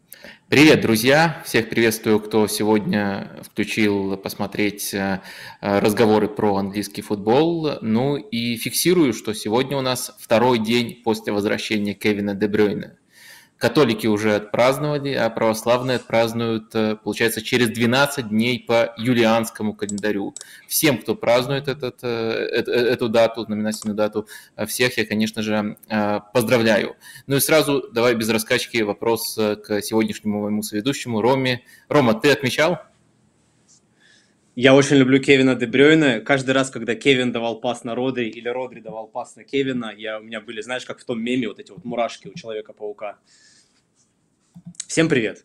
Привет, друзья! Всех приветствую, кто сегодня включил посмотреть разговоры про английский футбол. Ну и фиксирую, что сегодня у нас второй день после возвращения Кевина Де Брюйне. Католики уже отпраздновали, а православные отпразднуют, получается, через 12 дней по юлианскому календарю. Всем, кто празднует эту дату, знаменательную дату, всех я, конечно же, поздравляю. Ну и сразу давай без раскачки вопрос к сегодняшнему моему соведущему Роме. Рома, ты отмечал? Я очень люблю Кевина Де Брюйне. Каждый раз, когда Кевин давал пас на Родри или Родри давал пас на Кевина, у меня были, знаешь, как в том меме, вот эти вот мурашки у Человека-паука. Всем привет!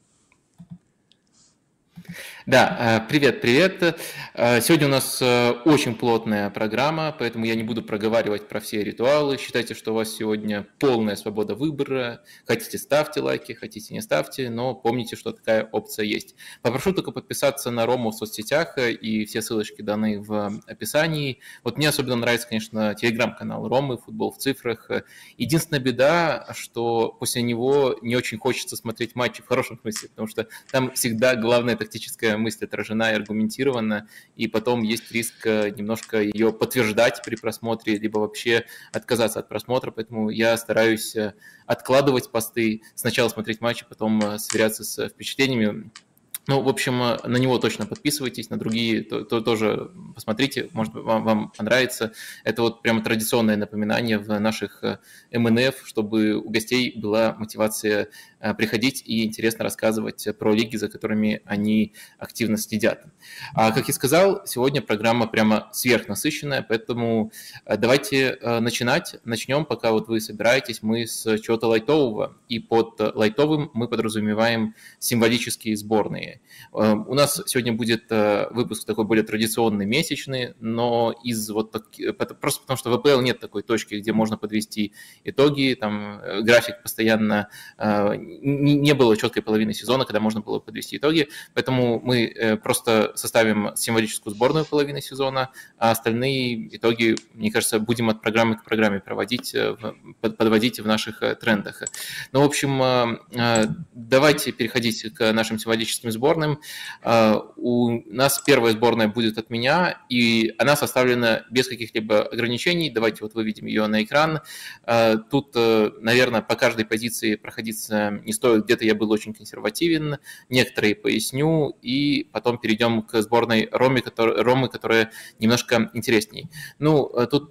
Да, привет. Сегодня у нас очень плотная программа, поэтому я не буду проговаривать про все ритуалы. Считайте, что у вас сегодня полная свобода выбора. Хотите, ставьте лайки, хотите, не ставьте, но помните, что такая опция есть. Попрошу только подписаться на Рому в соцсетях, и все ссылочки даны в описании. Вот мне особенно нравится, конечно, телеграм-канал Ромы «Футбол в цифрах». Единственная беда, что после него не очень хочется смотреть матчи в хорошем смысле, потому что там всегда главная тактическая мысль отражена и аргументирована, и потом есть риск немножко ее подтверждать при просмотре, либо вообще отказаться от просмотра, поэтому я стараюсь откладывать посты, сначала смотреть матчи, потом сверяться с впечатлениями. Ну, в общем, на него точно подписывайтесь, на другие тоже посмотрите, может быть, вам понравится. Это вот прямо традиционное напоминание в наших МНФ, чтобы у гостей была мотивация приходить и интересно рассказывать про лиги, за которыми они активно следят. А, как я сказал, сегодня программа прямо сверхнасыщенная, поэтому давайте начинать. Начнем, пока вот вы собираетесь, мы с чего-то лайтового. И под лайтовым мы подразумеваем символические сборные. У нас сегодня будет выпуск такой более традиционный, месячный, но просто потому что в АПЛ нет такой точки, где можно подвести итоги, там график постоянно, не было четкой половины сезона, когда можно было подвести итоги, поэтому мы просто составим символическую сборную половины сезона, а остальные итоги, мне кажется, будем от программы к программе проводить, подводить в наших трендах. Ну, в общем, давайте переходить к нашим символическим сборным. У нас первая сборная будет от меня, и она составлена без каких-либо ограничений. Давайте вот выведем ее на экран. Тут, наверное, по каждой позиции проходиться не стоит. Где-то я был очень консервативен, некоторые поясню, и потом перейдем к сборной Ромы, которая немножко интересней. Ну, тут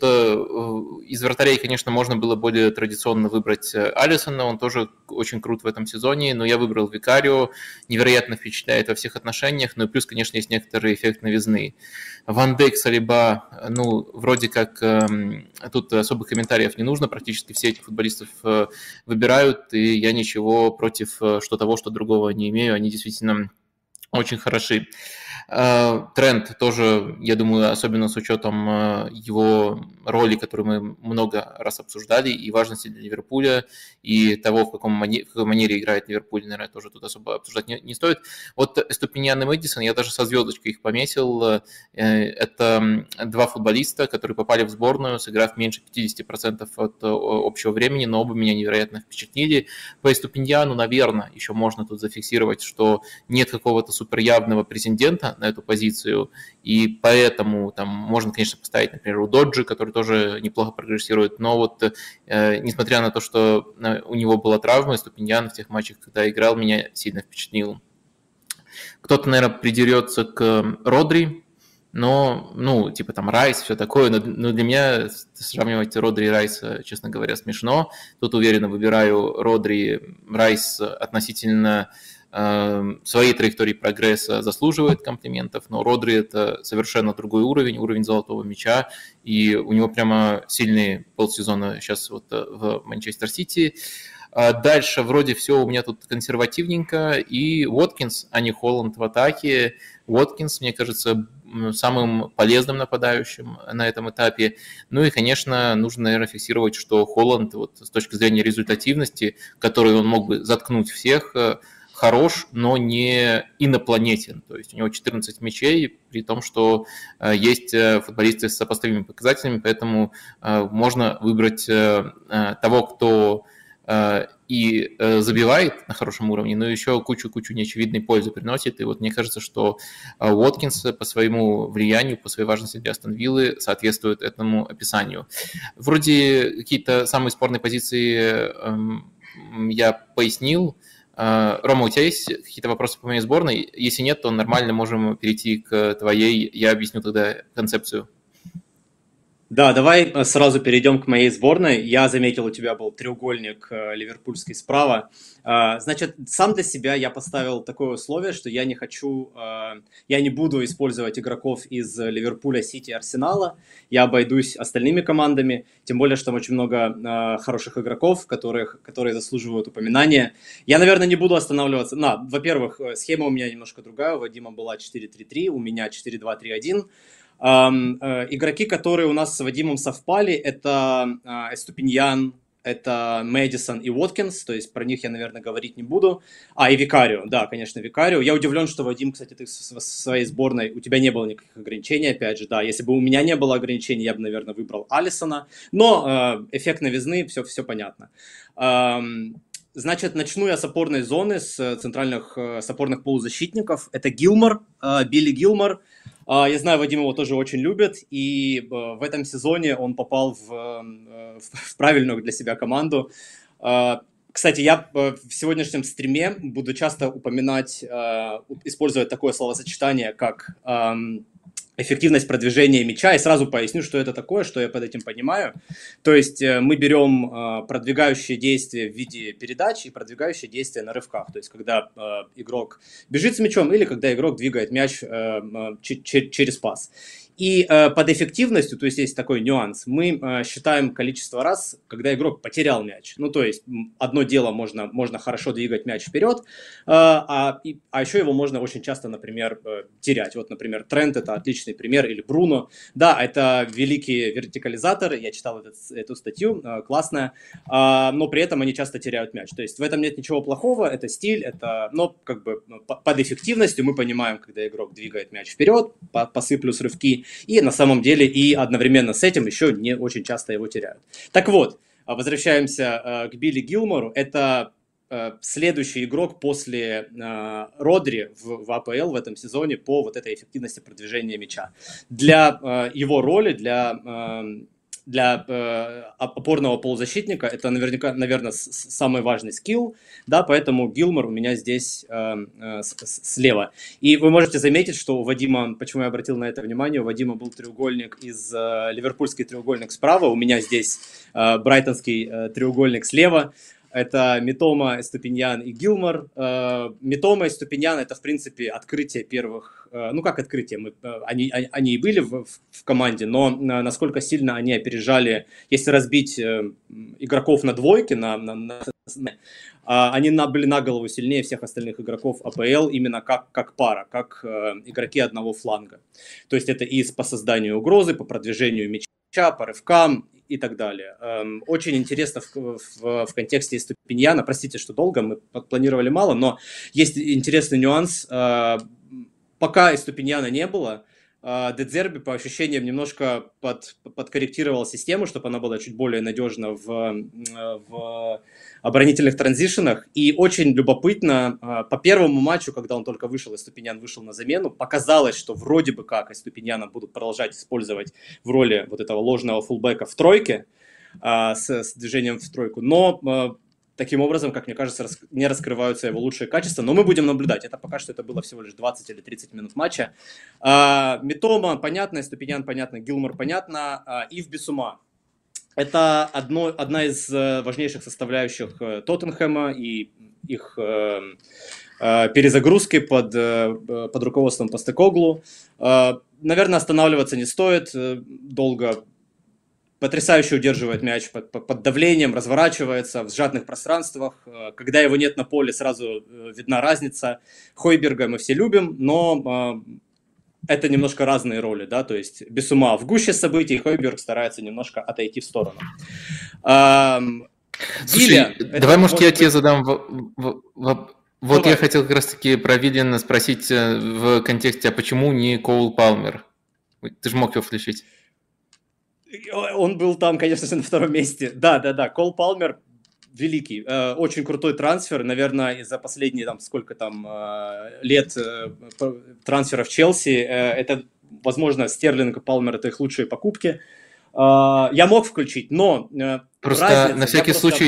из вратарей, конечно, можно было более традиционно выбрать Алисона, он тоже очень крут в этом сезоне, но я выбрал Викарио, невероятно впечатляет во всех отношениях, ну и плюс, конечно, есть некоторый эффект новизны. Ван Дейк, Салиба, ну, вроде как тут особых комментариев не нужно, практически все этих футболистов выбирают, и я ничего против что того, что другого не имею, они действительно очень хороши. Тренд тоже, я думаю, особенно с учетом его роли, которую мы много раз обсуждали, и важности для Ливерпуля, и того, в какой манере играет Ливерпуль, наверное, тоже тут особо обсуждать не стоит. Вот Эступиньян и Мэдисон, я даже со звездочкой их пометил. Это два футболиста, которые попали в сборную, сыграв меньше 50% от общего времени, но оба меня невероятно впечатлили. По Эступиньяну, наверное, еще можно тут зафиксировать, что нет какого-то суперявного претендента на эту позицию, и поэтому там можно, конечно, поставить, например, у Доджи, который тоже неплохо прогрессирует, но вот несмотря на то, что у него была травма, Ступиньян в тех матчах, когда играл, меня сильно впечатлил. Кто-то, наверное, придерется к Родри, но, ну, типа там Райс, все такое, но для меня сравнивать Родри и Райса, честно говоря, смешно. Тут уверенно выбираю Родри, Райс относительно своей траектории прогресса заслуживает комплиментов, но Родри – это совершенно другой уровень золотого мяча, и у него прямо сильные полсезона сейчас вот в Манчестер Сити. Дальше вроде все у меня тут консервативненько, и Уоткинс, а не Холланд в атаке. Уоткинс, мне кажется, самым полезным нападающим на этом этапе. Ну и, конечно, нужно, наверное, фиксировать, что Холланд вот, с точки зрения результативности, которой он мог бы заткнуть всех, хорош, но не инопланетен. То есть у него 14 мячей, при том, что есть футболисты с сопоставимыми показателями, поэтому можно выбрать того, кто и забивает на хорошем уровне, но еще кучу неочевидной пользы приносит. И вот мне кажется, что Уоткинс по своему влиянию, по своей важности для Астон Виллы соответствует этому описанию. Вроде какие-то самые спорные позиции я пояснил. Рома, у тебя есть какие-то вопросы по моей сборной? Если нет, то нормально можем перейти к твоей. Я объясню тогда концепцию. Да, давай сразу перейдем к моей сборной. Я заметил, у тебя был треугольник ливерпульский справа. Значит, сам для себя я поставил такое условие, что я не буду использовать игроков из Ливерпуля, Сити и Арсенала. Я обойдусь остальными командами, тем более, что там очень много хороших игроков, которые заслуживают упоминания. Я, наверное, не буду останавливаться. Во-первых, схема у меня немножко другая. У Вадима была 4-3-3, у меня 4-2-3-1. Игроки, которые у нас с Вадимом совпали, это Эступиньян, это Мэдисон и Уоткинс, то есть про них я, наверное, говорить не буду. И Викарио, да, конечно, Викарио. Я удивлен, что, Вадим, кстати, ты в своей сборной, у тебя не было никаких ограничений, опять же, да. Если бы у меня не было ограничений, я бы, наверное, выбрал Алисона. Но эффект новизны, все понятно. Значит, начну я с опорной зоны, с центральных с опорных полузащитников. Это Гилмор, Билли Гилмор. Я знаю, Вадим его тоже очень любит, и в этом сезоне он попал в правильную для себя команду. Кстати, я в сегодняшнем стриме буду часто использовать такое словосочетание, как эффективность продвижения мяча, и сразу поясню, что это такое, что я под этим понимаю. То есть мы берем продвигающие действия в виде передач и продвигающие действия на рывках. То есть когда игрок бежит с мячом или когда игрок двигает мяч через пас. И под эффективностью, то есть есть такой нюанс, мы считаем количество раз, когда игрок потерял мяч. Ну, то есть одно дело, можно хорошо двигать мяч вперед, а еще его можно очень часто, например, терять. Вот, например, Трент — это отличный пример, или Бруно. Да, это великие вертикализаторы, я читал эту статью, классная, но при этом они часто теряют мяч. То есть в этом нет ничего плохого, это стиль, но как бы под эффективностью мы понимаем, когда игрок двигает мяч вперед, пасы плюс рывки, и на самом деле и одновременно с этим еще не очень часто его теряют. Так вот, возвращаемся к Билли Гилмору. Это следующий игрок после Родри в АПЛ в этом сезоне по вот этой эффективности продвижения мяча. Для его роли, для опорного полузащитника это наверное, самый важный скилл, да, поэтому Гилмор у меня здесь слева. И вы можете заметить, что у Вадима, почему я обратил на это внимание, у Вадима был треугольник ливерпульский треугольник справа, у меня здесь брайтонский треугольник слева. Это Митома, Эступиньян и Гилмор. Митома и Эступиньян — это, в принципе, открытие первых... как открытие? Они и были в команде, но насколько сильно они опережали... Если разбить игроков на двойки, они были на голову сильнее всех остальных игроков АПЛ именно как пара, как игроки одного фланга. То есть это и по созданию угрозы, по продвижению мяча, по рывкам и так далее. Очень интересно в контексте Эступиньяна, простите, что долго, мы планировали мало, но есть интересный нюанс. Пока Эступиньяна не было, Де Зерби, по ощущениям, немножко подкорректировал систему, чтобы она была чуть более надежна в оборонительных транзишенах. И очень любопытно, по первому матчу, когда он только вышел, Эступиньян вышел на замену, показалось, что вроде бы как Эступиньяна будут продолжать использовать в роли вот этого ложного фулбэка в тройке, с движением в тройку, но таким образом, как мне кажется, не раскрываются его лучшие качества, но мы будем наблюдать. Это пока что это было всего лишь 20 или 30 минут матча. Митома понятно, Эступиньян понятно, Гилмор понятно, Ив Бисума. Это одна из важнейших составляющих Тоттенхэма и их перезагрузки под руководством Постекоглу. Наверное, останавливаться не стоит долго. Потрясающе удерживает мяч под давлением, разворачивается в сжатых пространствах. Когда его нет на поле, сразу видна разница. Хойберга мы все любим, но это немножко разные роли, да, то есть Бисума в гуще событий, Хойберг старается немножко отойти в сторону. Слушай, давай, может, я тебе задам... Вот я хотел как раз-таки про Виллиана спросить в контексте, а почему не Коул Палмер? Ты же мог его включить. Он был там, конечно же, на втором месте. Да. Кол Палмер великий, очень крутой трансфер, наверное, за последние там сколько там лет трансферов Челси, это, возможно, Стерлинг и Палмер — это их лучшие покупки. Я мог включить, но Просто разница, на всякий случай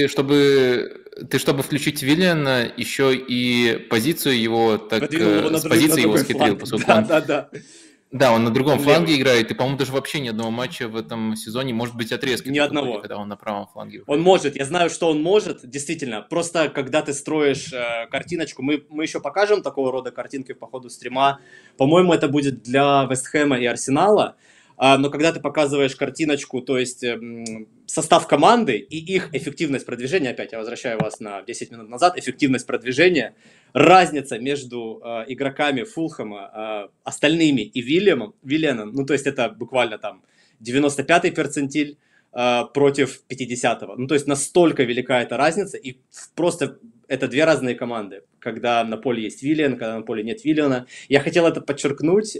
чтобы включить Виллиана, еще и позицию его, так выдвинул его с позиции его схитрил, поскольку он... Да, он на другом фланге играет, и, по-моему, даже вообще ни одного матча в этом сезоне, может быть, отрезки ни одного, были, когда он на правом фланге. Он может, я знаю, что он может, действительно. Просто когда ты строишь картиночку, мы еще покажем такого рода картинки по ходу стрима. По-моему, это будет для Вест Хэма и Арсенала. Но когда ты показываешь картиночку, то есть состав команды и их эффективность продвижения, опять я возвращаю вас на 10 минут назад, эффективность продвижения, разница между игроками Фулхэма, остальными и Виллианом, ну то есть это буквально там 95-й перцентиль против 50-го. Ну то есть настолько велика эта разница, и просто это две разные команды, когда на поле есть Виллиан, когда на поле нет Виллиана. Я хотел это подчеркнуть,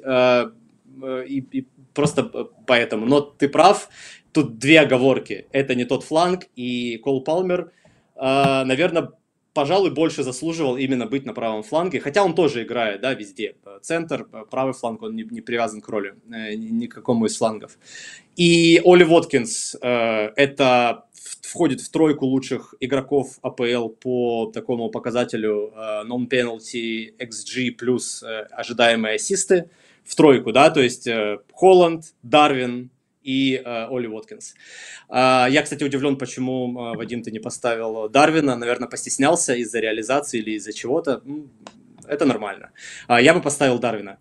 и просто поэтому. Но ты прав, тут две оговорки. Это не тот фланг, и Кол Палмер, наверное, пожалуй, больше заслуживал именно быть на правом фланге, хотя он тоже играет, да, везде. Центр, правый фланг, он не привязан к роли, ни к какому из флангов. И Оли Воткинс, это входит в тройку лучших игроков АПЛ по такому показателю non-penalty XG плюс ожидаемые ассисты. В тройку, да, то есть Холланд, Дарвин и Оли Воткинс. Я, кстати, удивлен, почему, Вадим, ты не поставил Дарвина. Наверное, постеснялся из-за реализации или из-за чего-то. Это нормально. Я бы поставил Дарвина.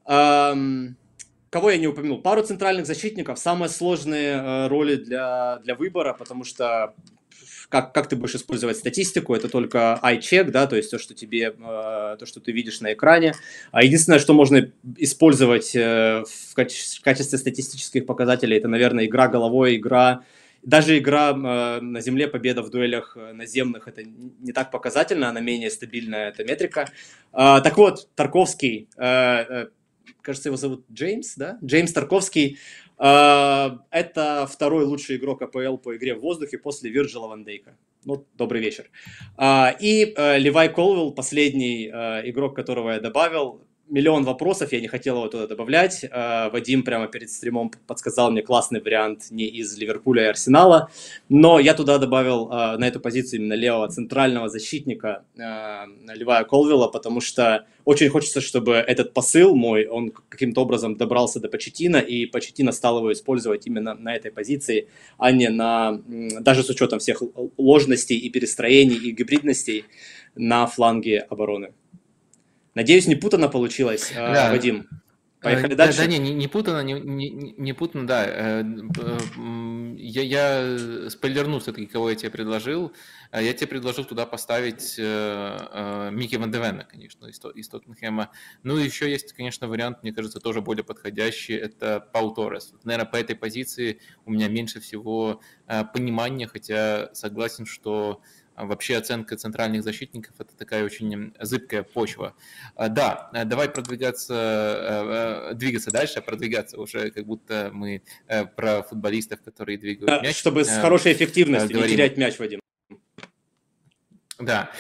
Кого я не упомянул? Пару центральных защитников. Самые сложные роли для выбора, потому что как ты будешь использовать статистику, это только eye-check, да, то есть то, что ты видишь на экране. А единственное, что можно использовать в качестве статистических показателей, это, наверное, игра головой, даже игра на земле, победа в дуэлях наземных, это не так показательно, она менее стабильная, эта метрика. Так вот, Тарковский, кажется, его зовут Джеймс, да? Джеймс Тарковский. Это второй лучший игрок АПЛ по игре в воздухе после Вирджила ван Дейка. Ну, добрый вечер. И Левай Колвилл, последний игрок, которого я добавил. Миллион вопросов, я не хотел его туда добавлять. Вадим прямо перед стримом подсказал мне классный вариант не из Ливерпуля и Арсенала, но я туда добавил на эту позицию именно левого центрального защитника Левая Колвилла, потому что очень хочется, чтобы этот посыл мой, он каким-то образом добрался до Почеттино, и Почеттино стал его использовать именно на этой позиции, а не даже с учетом всех ложностей и перестроений и гибридностей на фланге обороны. Надеюсь, не путано получилось, да. Вадим. Поехали дальше. Да, не путано, не путано, да. Я спойлерну все-таки, кого я тебе предложил. Я тебе предложил туда поставить Микки Ван де Вена, конечно, из Тоттенхэма. Ну и еще есть, конечно, вариант, мне кажется, тоже более подходящий. Это Пау Торрес. Наверное, по этой позиции у меня меньше всего понимания, хотя согласен, что вообще оценка центральных защитников – это такая очень зыбкая почва. Да, давай двигаться дальше, продвигаться уже, как будто мы про футболистов, которые двигают мяч. Чтобы с хорошей эффективностью не терять мяч, Вадим. Да.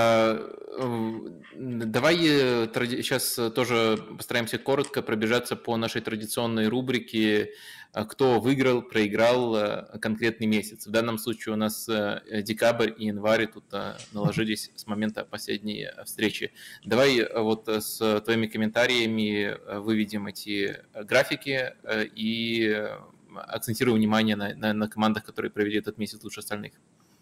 Давай сейчас тоже постараемся коротко пробежаться по нашей традиционной рубрике «Кто выиграл, проиграл конкретный месяц». В данном случае у нас декабрь и январь тут наложились с момента последней встречи. Давай вот с твоими комментариями выведем эти графики и акцентируем внимание на командах, которые провели этот месяц лучше остальных.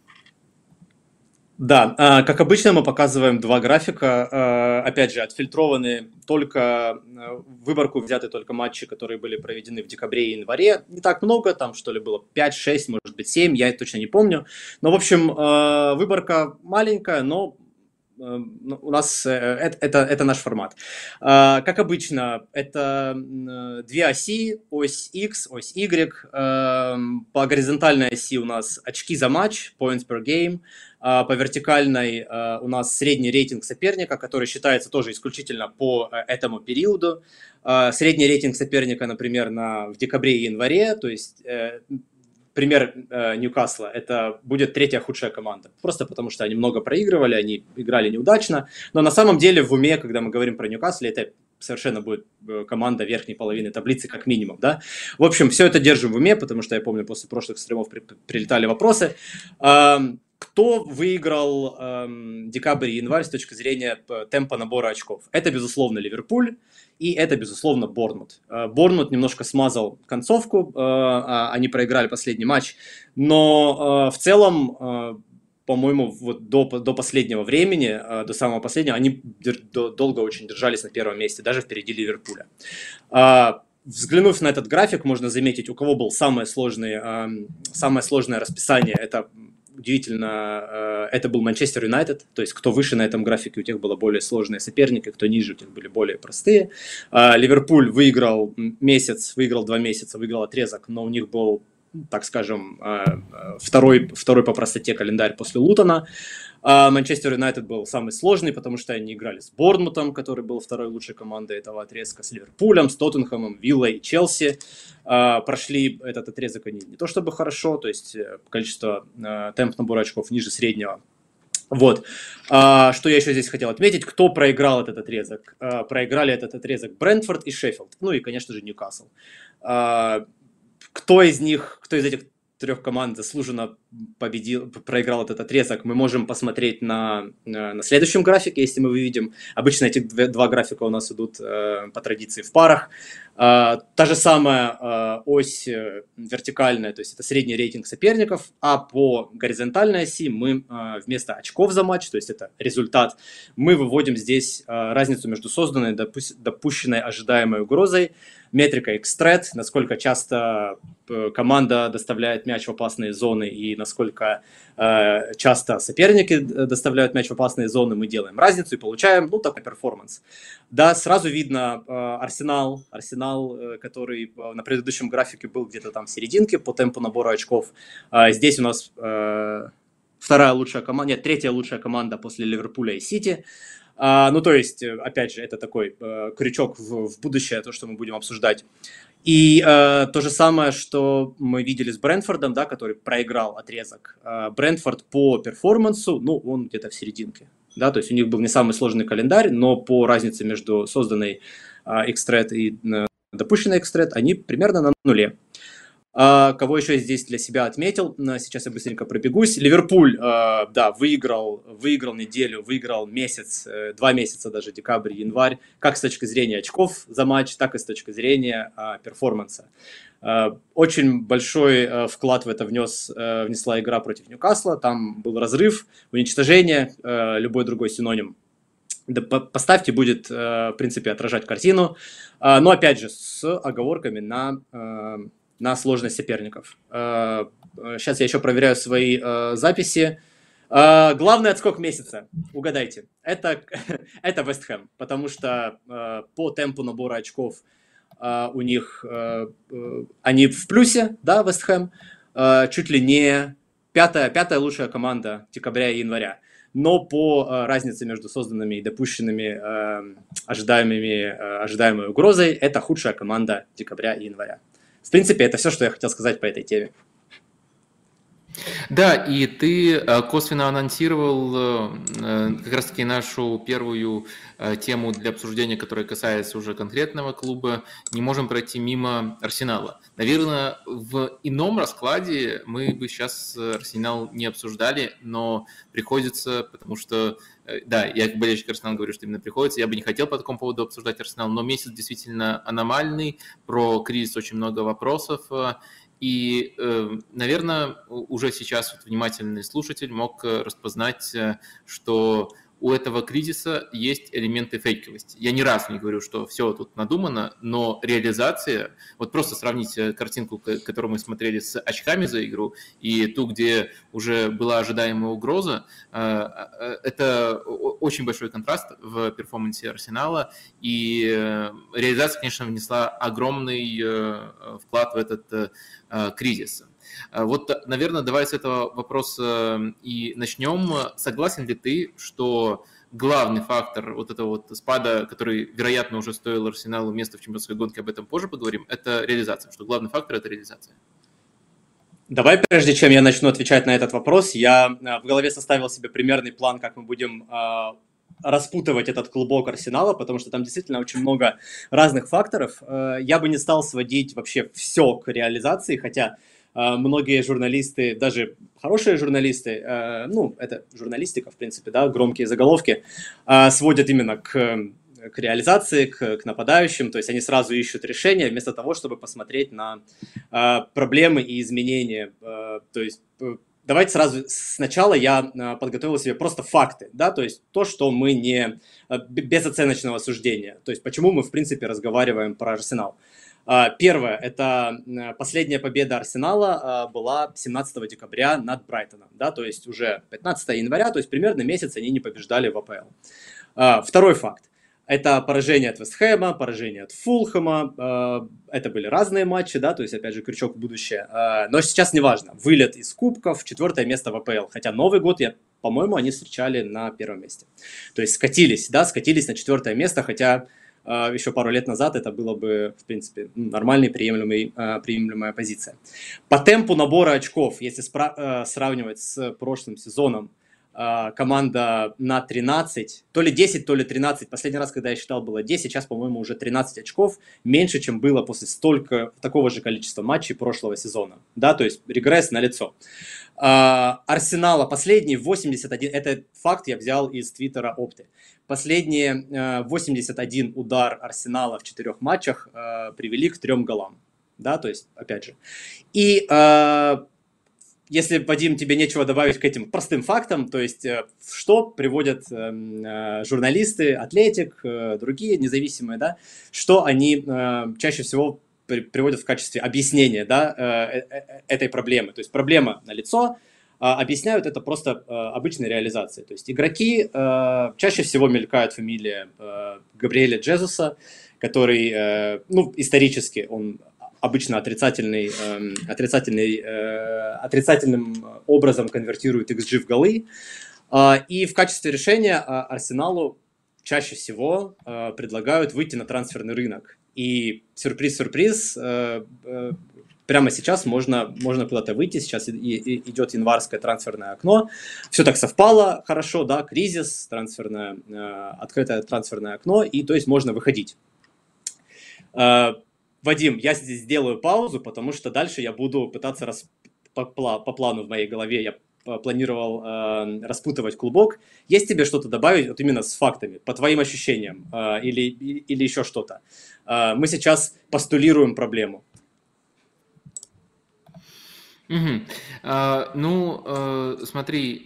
Да, как обычно мы показываем два графика, опять же, отфильтрованы только, в выборку взяты только матчи, которые были проведены в декабре и январе, не так много, там что ли было 5, 6, может быть 7, я точно не помню, но в общем выборка маленькая, но у нас это наш формат. Как обычно, это две оси, ось X, ось Y, по горизонтальной оси у нас очки за матч, points per game, по вертикальной у нас средний рейтинг соперника, который считается тоже исключительно по этому периоду. Средний рейтинг соперника, например, в декабре и январе, то есть пример Ньюкасла, это будет третья худшая команда. Просто потому, что они много проигрывали, они играли неудачно. Но на самом деле в уме, когда мы говорим про Ньюкасл, это совершенно будет команда верхней половины таблицы как минимум, да. В общем, все это держим в уме, потому что я помню, после прошлых стримов прилетали вопросы. Кто выиграл декабрь и январь с точки зрения темпа набора очков? Это, безусловно, Ливерпуль и это, безусловно, Борнмут. Борнмут немножко смазал концовку, они проиграли последний матч, но в целом, по-моему, вот до последнего времени, до самого последнего, они долго очень держались на первом месте, даже впереди Ливерпуля. Взглянув на этот график, можно заметить, у кого было самое сложное расписание. Это удивительно, это был Манчестер Юнайтед, то есть кто выше на этом графике, у тех было более сложные соперники, кто ниже, у тех были более простые. Ливерпуль выиграл 2 месяца, выиграл отрезок, но у них был, так скажем, второй по простоте календарь после Лутона. Манчестер Юнайтед был самый сложный, потому что они играли с Борнмутом, который был второй лучшей командой этого отрезка, с Ливерпулем, с Тоттенхэмом, Виллой и Челси. Прошли этот отрезок они не то чтобы хорошо, то есть количество темп набора очков ниже среднего. Вот. Что я еще здесь хотел отметить, кто проиграл этот отрезок? Проиграли этот отрезок Брентфорд и Шеффилд, ну и, конечно же, Ньюкасл. Кто из этих 3 команд заслуженно проиграл этот отрезок, мы можем посмотреть на следующем графике, если мы выведем. Обычно эти 2 графика у нас идут по традиции в парах. Та же самая ось вертикальная, то есть это средний рейтинг соперников, а по горизонтальной оси мы вместо очков за матч, то есть это результат, мы выводим здесь разницу между созданной и допущенной ожидаемой угрозой, метрика X-Threat, насколько часто команда доставляет мяч в опасные зоны и насколько часто соперники доставляют мяч в опасные зоны, мы делаем разницу и получаем, такой перформанс. Да, сразу видно Арсенал, который на предыдущем графике был где-то там в серединке по темпу набора очков. Здесь у нас третья лучшая команда после Ливерпуля и Сити. То есть, опять же, это такой крючок в будущее, то, что мы будем обсуждать. И то же самое, что мы видели с Брентфордом, да, который проиграл отрезок. Брентфорд по перформансу, он где-то в серединке. Да, то есть у них был не самый сложный календарь, но по разнице между созданной X-Threat и допущенной X-Threat они примерно на нуле. Кого еще я здесь для себя отметил, сейчас я быстренько пробегусь. Ливерпуль, выиграл неделю, выиграл месяц, 2 месяца даже, декабрь, январь, как с точки зрения очков за матч, так и с точки зрения перформанса. Очень большой вклад в это внесла игра против Ньюкасла, там был разрыв, уничтожение, любой другой синоним. Поставьте, будет, в принципе, отражать картину, но опять же с оговорками на сложность соперников. Сейчас я еще проверяю свои записи. Главный отскок месяца, угадайте, это Вест Хэм, потому что по темпу набора очков у них они в плюсе, да, Вест Хэм, чуть ли не пятая лучшая команда декабря и января. Но по разнице между созданными и допущенными ожидаемой угрозой это худшая команда декабря и января. В принципе, это все, что я хотел сказать по этой теме. Да, и ты косвенно анонсировал как раз-таки нашу первую тему для обсуждения, которая касается уже конкретного клуба. Не можем пройти мимо Арсенала. Наверное, в ином раскладе мы бы сейчас Арсенал не обсуждали, но приходится, потому что, да, я как болельщик Арсенала говорю, что именно приходится. Я бы не хотел по такому поводу обсуждать Арсенал, но месяц действительно аномальный, про кризис очень много вопросов. И, наверное, уже сейчас внимательный слушатель мог распознать, что у этого кризиса есть элементы фейковости. Я ни разу не говорю, что все тут надумано, но реализация, вот просто сравните картинку, которую мы смотрели с очками за игру, и ту, где уже была ожидаемая угроза, это очень большой контраст в перформансе Арсенала, и реализация, конечно, внесла огромный вклад в этот кризис. Вот, наверное, давай с этого вопроса и начнем. Согласен ли ты, что главный фактор вот этого вот спада, который, вероятно, уже стоил Арсеналу места в чемпионской гонке, об этом позже поговорим, это реализация, что главный фактор – это реализация? Давай, прежде чем я начну отвечать на этот вопрос, я в голове составил себе примерный план, как мы будем распутывать этот клубок Арсенала, потому что там действительно очень много разных факторов. Я бы не стал сводить вообще все к реализации, хотя многие журналисты, даже хорошие журналисты, ну, это журналистика, в принципе, да, громкие заголовки, сводят именно к реализации, к нападающим, то есть они сразу ищут решения, вместо того, чтобы посмотреть на проблемы и изменения. То есть давайте сразу сначала я подготовил себе просто факты, да, то есть то, что мы не без оценочного суждения, то есть почему мы, в принципе, разговариваем про Арсенал. Первое, это последняя победа Арсенала была 17 декабря над Брайтоном, да, то есть уже 15 января, то есть примерно месяц они не побеждали в АПЛ. Второй факт. Это поражение от Вестхэма, поражение от Фулхэма. Это были разные матчи, да, то есть, опять же, крючок в будущее. Но сейчас не важно. Вылет из кубков, 4 место в АПЛ. Хотя Новый год, по-моему, они встречали на 1 месте. То есть скатились на 4 место, хотя еще пару лет назад это было бы, в принципе, нормальная, приемлемая позиция. По темпу набора очков, если сравнивать с прошлым сезоном, команда на 13, то ли 10, то ли 13. Последний раз, когда я считал, было 10, сейчас, по-моему, уже 13 очков, меньше, чем было после такого же количества матчей прошлого сезона. Да, то есть регресс налицо. Арсенала последний 81, это факт я взял из твиттера Опты. Последние 81 удар Арсенала в 4 матчах привели к 3 голам. Да, то есть, опять же. И если, Вадим, тебе нечего добавить к этим простым фактам, то есть что приводят журналисты, Атлетик, другие независимые, да, что они чаще всего приводят в качестве объяснения, да, этой проблемы. То есть проблема налицо, объясняют это просто обычной реализацией. То есть игроки, чаще всего мелькает фамилия Габриэля Джезуса, который, ну, исторически он обычно отрицательным образом конвертирует XG в голы. И в качестве решения Арсеналу чаще всего предлагают выйти на трансферный рынок. И сюрприз-сюрприз, прямо сейчас можно куда-то выйти, сейчас идет январское трансферное окно, все так совпало хорошо, да, кризис, открытое трансферное окно, и то есть можно выходить. Вадим, я здесь сделаю паузу, потому что дальше я буду пытаться по плану в моей голове, я планировал распутывать клубок. Есть тебе что-то добавить вот именно с фактами, по твоим ощущениям, или еще что-то? Мы сейчас постулируем проблему. Угу. Смотри,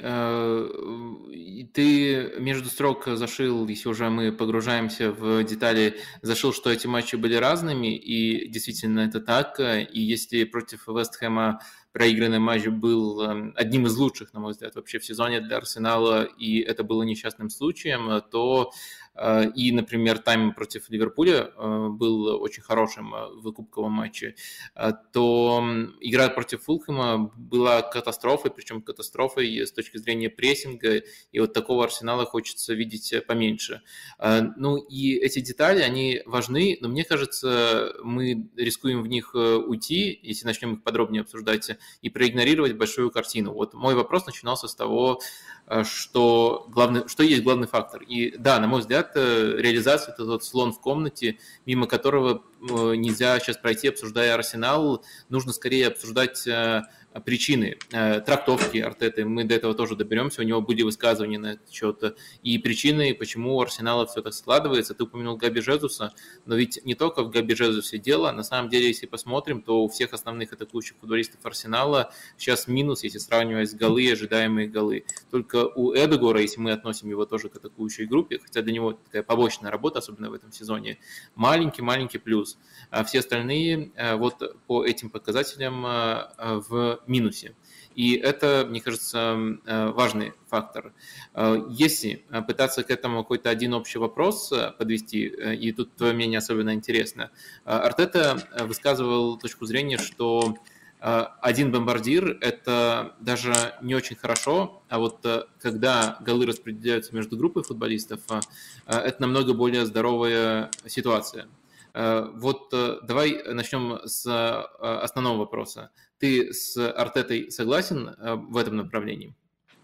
ты между строк зашил, если уже мы погружаемся в детали, зашил, что эти матчи были разными, и действительно это так. И если против Вестхэма проигранный матч был одним из лучших, на мой взгляд, вообще в сезоне для Арсенала, и это было несчастным случаем, то и, например, тайм против Ливерпуля был очень хорошим в кубковом матче, то игра против Фулхэма была катастрофой, причем катастрофой с точки зрения прессинга, и вот такого Арсенала хочется видеть поменьше. Ну и эти детали, они важны, но мне кажется, мы рискуем в них уйти, если начнем их подробнее обсуждать, и проигнорировать большую картину. Вот мой вопрос начинался с того, что есть главный фактор. И да, на мой взгляд, реализация – это тот слон в комнате, мимо которого нельзя сейчас пройти, обсуждая Арсенал. Нужно скорее обсуждать причины, трактовки Артеты. Мы до этого тоже доберемся, у него были высказывания на этот счет. И причины, почему у Арсенала все так складывается. Ты упомянул Габи Жезуса, но ведь не только в Габи Жезусе дело. На самом деле, если посмотрим, то у всех основных атакующих футболистов Арсенала сейчас минус, если сравнивать голы, ожидаемые голы. Только у Эдегора, если мы относим его тоже к атакующей группе, хотя для него такая побочная работа, особенно в этом сезоне, маленький плюс. А все остальные вот по этим показателям в минусе. И это, мне кажется, важный фактор. Если пытаться к этому какой-то один общий вопрос подвести, и тут твое мнение особенно интересно, Артета высказывал точку зрения, что один бомбардир – это даже не очень хорошо, а вот когда голы распределяются между группой футболистов, это намного более здоровая ситуация. Давай начнем с основного вопроса. Ты с Артетой согласен в этом направлении?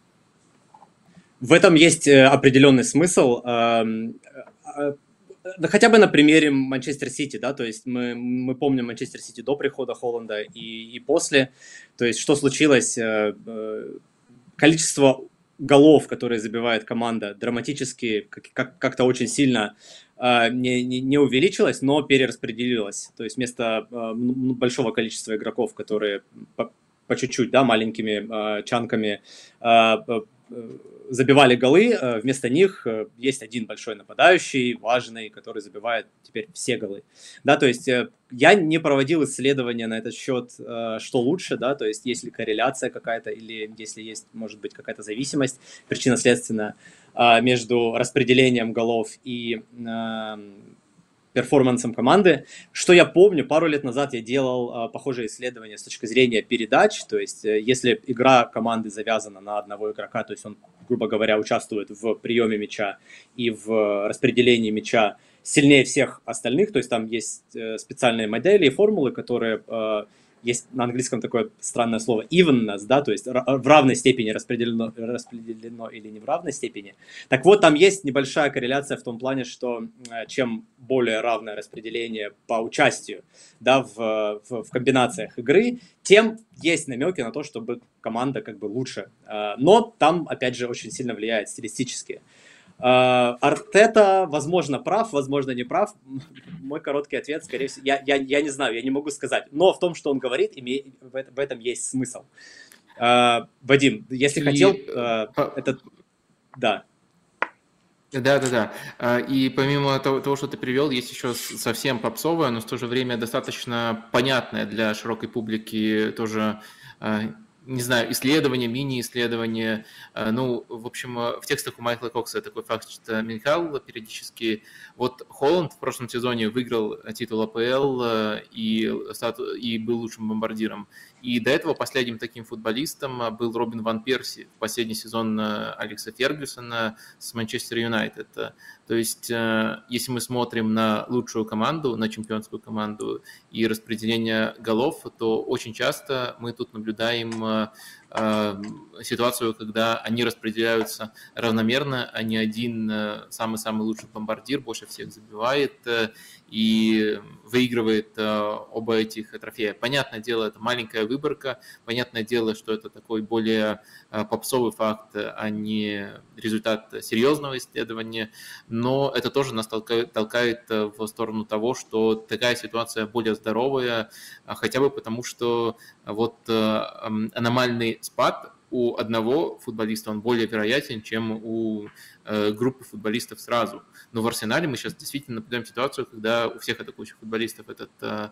В этом есть определенный смысл. Да хотя бы на примере Манчестер Сити, да, то есть мы помним Манчестер Сити до прихода Холланда и после. То есть что случилось? Количество голов, которые забивает команда, драматически как-то очень сильно не увеличилось, но перераспределилось. То есть вместо большого количества игроков, которые по чуть-чуть, да, маленькими чанками забивали голы, вместо них есть один большой нападающий, важный, который забивает теперь все голы. Да, то есть я не проводил исследования на этот счет, что лучше, да, то есть есть ли корреляция какая-то или если есть, может быть, какая-то зависимость причинно-следственная между распределением голов и перформансом команды. Что я помню, пару лет назад я делал похожее исследование с точки зрения передач, то есть если игра команды завязана на одного игрока, то есть он, грубо говоря, участвует в приеме мяча и в распределении мяча сильнее всех остальных, то есть там есть специальные модели и формулы, которые... Есть на английском такое странное слово evenness, да, то есть в равной степени распределено или не в равной степени. Так вот, там есть небольшая корреляция в том плане, что чем более равное распределение по участию, да, в комбинациях игры, тем есть намеки на то, чтобы команда как бы лучше. Но там, опять же, очень сильно влияет стилистически. Артета, возможно, прав, возможно, не прав. Мой короткий ответ, скорее всего, я не знаю, я не могу сказать. Но в том, что он говорит, в этом есть смысл. Вадим, если хотел, это... Да. Да. И помимо того, что ты привел, есть еще совсем попсовое, но в то же время достаточно понятное для широкой публики тоже, не знаю, исследование, мини-исследование. Ну, в общем, в текстах у Майкла Кокса такой факт что мелькал периодически. Вот Холланд в прошлом сезоне выиграл титул АПЛ и был лучшим бомбардиром. И до этого последним таким футболистом был Робин ван Перси в последний сезон Алекса Фергюсона с Манчестер Юнайтед. То есть, если мы смотрим на лучшую команду, на чемпионскую команду и распределение голов, то очень часто мы тут наблюдаем ситуацию, когда они распределяются равномерно, а не один самый-самый лучший бомбардир больше всех забивает и выигрывает оба этих трофея. Понятное дело, это маленькая выборка, понятное дело, что это такой более попсовый факт, а не результат серьезного исследования, но это тоже нас толкает в сторону того, что такая ситуация более здоровая, хотя бы потому, что вот аномальный спад у одного футболиста, он более вероятен, чем у группы футболистов сразу. Но в Арсенале мы сейчас действительно наблюдаем ситуацию, когда у всех атакующих футболистов этот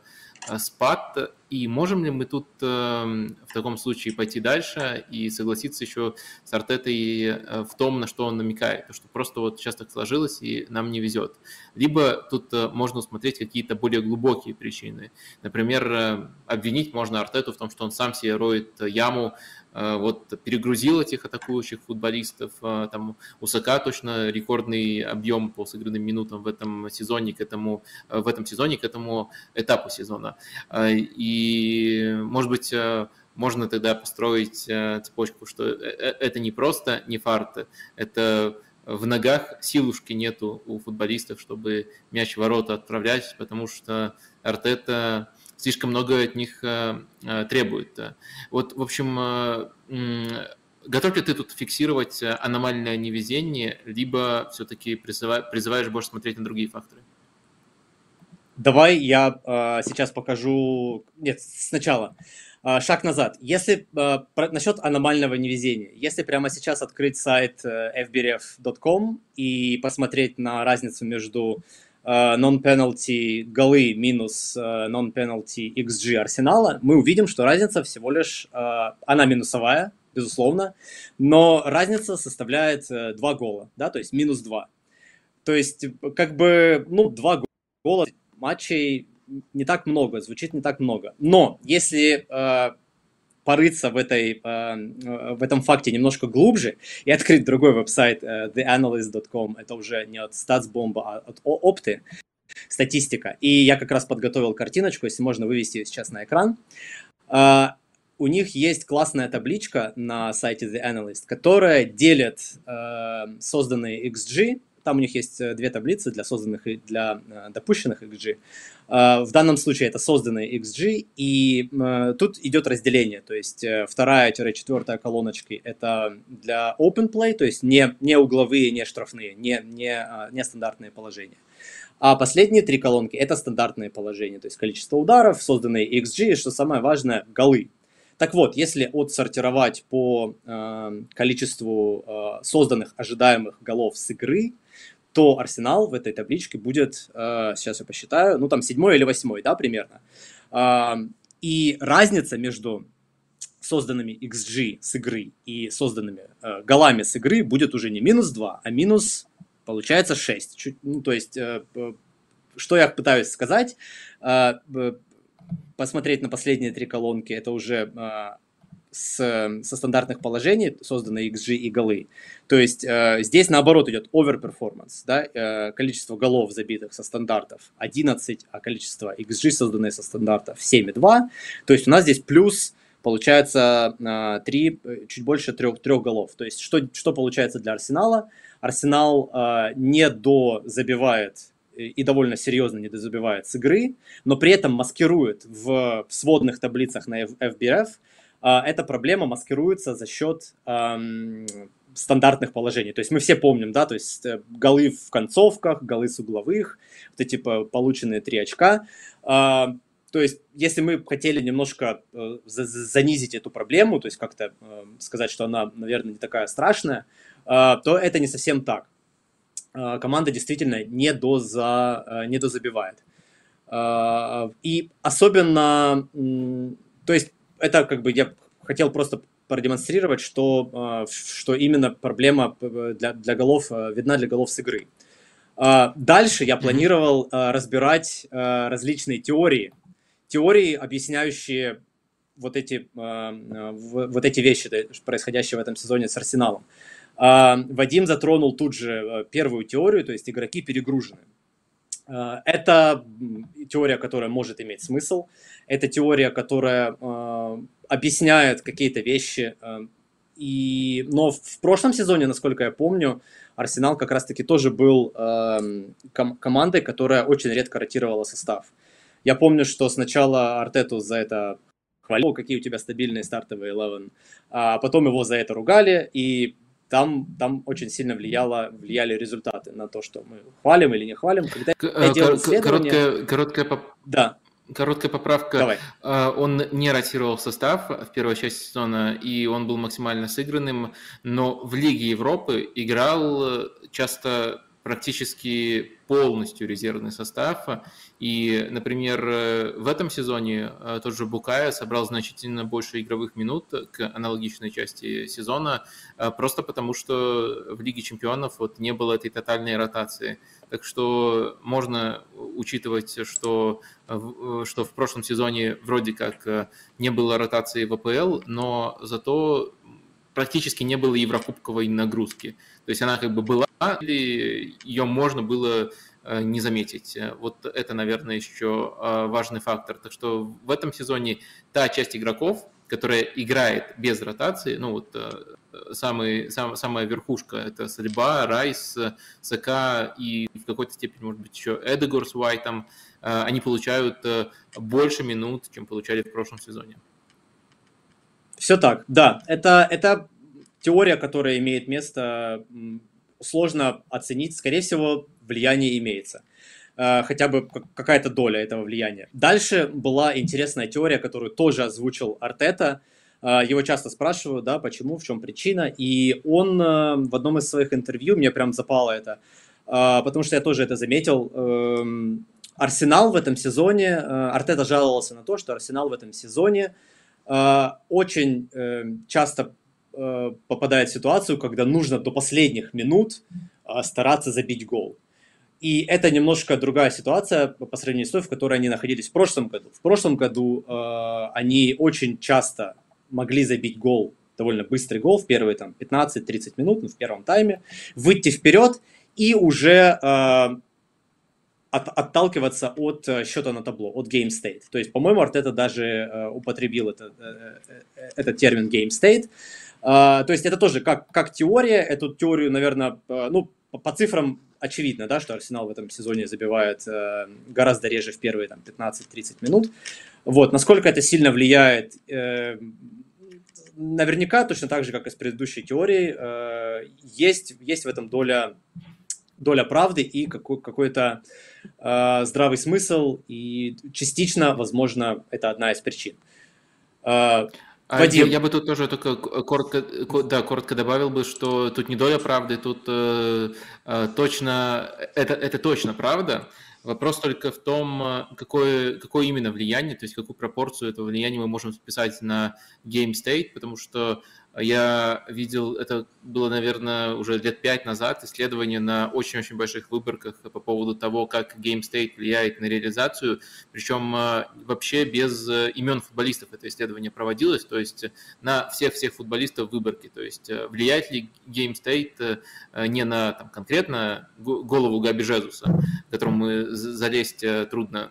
спад. И можем ли мы тут в таком случае пойти дальше и согласиться еще с Артетой в том, на что он намекает, что просто вот сейчас так сложилось и нам не везет. Либо тут можно усмотреть какие-то более глубокие причины. Например, обвинить можно Артету в том, что он сам себе роет яму, вот перегрузил этих атакующих футболистов, там у Сака точно рекордный объем по сыгранным минутам в этом сезоне к этому этапу сезона. И, может быть, можно тогда построить цепочку, что это не просто не фарт, это в ногах силушки нету у футболистов, чтобы мяч в ворота отправлять, потому что Артета слишком много от них требует. Вот, в общем, готов ли ты тут фиксировать аномальное невезение, либо все-таки призываешь больше смотреть на другие факторы? Давай я сейчас покажу... Нет, сначала. Шаг назад. Если насчет аномального невезения, если прямо сейчас открыть сайт fbref.com и посмотреть на разницу между non-penalty голы минус non-penalty XG Арсенала, мы увидим, что разница всего лишь, она минусовая, безусловно, но разница составляет 2 гола, да, то есть минус 2. То есть, как бы, 2 гола матчей не так много, звучит не так много. Но если порыться в этом факте немножко глубже и открыть другой веб-сайт, theanalyst.com, это уже не от StatsBomb, а от Opty, статистика. И я как раз подготовил картиночку, если можно вывести ее сейчас на экран. У них есть классная табличка на сайте The Analyst, которая делит созданные XG. Там у них есть две таблицы для созданных и для допущенных XG. В данном случае это созданные XG, и тут идет разделение. То есть вторая-четвертая колоночки это для open play, то есть не угловые, не штрафные, не стандартные положения. А последние три колонки это стандартные положения, то есть количество ударов, созданные XG, и что самое важное, голы. Так вот, если отсортировать по количеству созданных ожидаемых голов с игры, то Арсенал в этой табличке будет, сейчас я посчитаю, ну там 7-й или 8-й, да, примерно. И разница между созданными XG с игры и созданными голами с игры будет уже не -2, а минус, получается, 6. Ну, то есть, что я пытаюсь сказать, посмотреть на последние три колонки, это уже со стандартных положений созданы XG и голы. То есть здесь наоборот идет overperformance, да? Количество голов забитых со стандартов 11, а количество XG, созданные со стандартов 7,2. То есть у нас здесь плюс получается 3, чуть больше 3 голов. То есть что получается для Арсенала? Арсенал не дозабивает и довольно серьезно не дозабивает с игры, но при этом маскирует в сводных таблицах на FBref. Эта проблема маскируется за счет стандартных положений. То есть мы все помним, да, то есть голы в концовках, голы с угловых, вот эти полученные 3 очка. То есть если мы хотели немножко занизить эту проблему, то есть как-то сказать, что она, наверное, не такая страшная, то это не совсем так. Команда действительно не дозабивает. И особенно, то есть это как бы я хотел просто продемонстрировать, что именно проблема для голов видна для голов с игры. Дальше я планировал разбирать различные теории, объясняющие вот эти вещи, происходящие в этом сезоне с Арсеналом. Вадим затронул тут же первую теорию, то есть игроки перегружены. Это теория, которая может иметь смысл. Это теория, которая объясняет какие-то вещи. Но в прошлом сезоне, насколько я помню, Арсенал как раз-таки тоже был командой, которая очень редко ротировала состав. Я помню, что сначала Артету за это хвалил, какие у тебя стабильные стартовые 11, а потом его за это ругали, и там очень сильно влияли результаты на то, что мы хвалим или не хвалим. Когда я делал исследование... Короткая поправка. Давай. Он не ротировал состав в первой части сезона, и он был максимально сыгранным, но в Лиге Европы играл часто практически полностью резервный состав. И, например, в этом сезоне тот же Букайо собрал значительно больше игровых минут к аналогичной части сезона, просто потому что в Лиге чемпионов вот не было этой тотальной ротации. Так что можно учитывать, что в прошлом сезоне вроде как не было ротации в АПЛ, но зато практически не было еврокубковой нагрузки. То есть она как бы была, или ее можно было не заметить. Вот это, наверное, еще важный фактор. Так что в этом сезоне та часть игроков, которая играет без ротации, ну вот самая верхушка, это Сальба, Райс, СК и в какой-то степени, может быть, еще Эдегор с Уайтом, они получают больше минут, чем получали в прошлом сезоне. Все так, да. Это теория, которая имеет место, сложно оценить. Скорее всего, влияние имеется. Хотя бы какая-то доля этого влияния. Дальше была интересная теория, которую тоже озвучил Артета. Его часто спрашивают, да, почему, в чем причина. И он в одном из своих интервью, мне прям запало это, потому что я тоже это заметил. Арсенал в этом сезоне, Артета жаловался на то, что Арсенал в этом сезоне очень часто попадает в ситуацию, когда нужно до последних минут стараться забить гол. И это немножко другая ситуация по сравнению с той, в которой они находились в прошлом году. В прошлом году они очень часто могли забить гол, довольно быстрый гол в первые 15-30 минут, в первом тайме, выйти вперед и уже отталкиваться от счета на табло, от game state. То есть, по-моему, Артета даже употребил этот термин game state. То есть это тоже как теория. Эту теорию, наверное, ну, по цифрам очевидно, да, что Арсенал в этом сезоне забивает гораздо реже в первые 15-30 минут. Вот. Насколько это сильно влияет, наверняка, точно так же, как и с предыдущей теорией, есть в этом доля правды и какой-то здравый смысл, и частично, возможно, это одна из причин. Вадим. Я бы тут тоже только коротко добавил бы, что тут не доля правды, тут точно, это точно правда. Вопрос только в том, какое именно влияние, то есть какую пропорцию этого влияния мы можем списать на game state, потому что я видел, это было, наверное, уже лет 5 назад, исследование на очень-очень больших выборках по поводу того, как game state влияет на реализацию, причем вообще без имен футболистов это исследование проводилось, то есть на всех футболистов выборки, то есть влияет ли game state не на там, конкретно голову Габи Жезуса, в которую залезть трудно,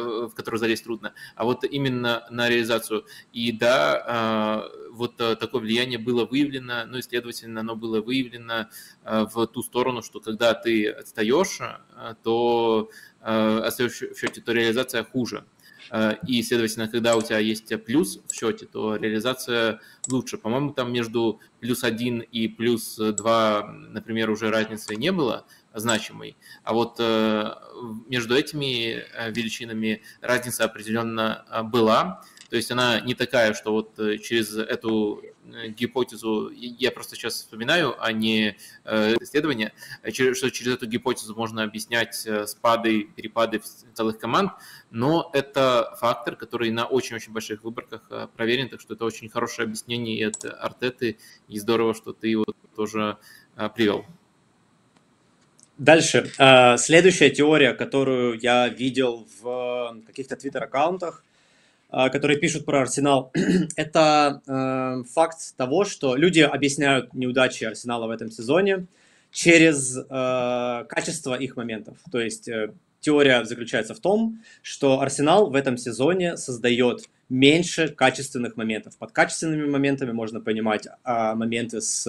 а вот именно на реализацию. И да, вот такое влияние было выявлено, ну и, следовательно, оно было выявлено в ту сторону, что когда ты отстаешь, то остаешь в счете, то реализация хуже. И, следовательно, когда у тебя есть плюс в счете, то реализация лучше. По-моему, там между +1 и +2, например, уже разницы не было значимой. А вот между этими величинами разница определенно была. То есть она не такая, что вот через эту гипотезу, я просто сейчас вспоминаю, а не исследование, что через эту гипотезу можно объяснять спады, перепады целых команд, но это фактор, который на очень-очень больших выборках проверен, так что это очень хорошее объяснение и от Артеты, и здорово, что ты его тоже привел. Дальше. Следующая теория, которую я видел в каких-то твиттер-аккаунтах, которые пишут про Арсенал, это факт того, что люди объясняют неудачи Арсенала в этом сезоне через качество их моментов. То есть теория заключается в том, что Арсенал в этом сезоне создает меньше качественных моментов. Под качественными моментами можно понимать моменты с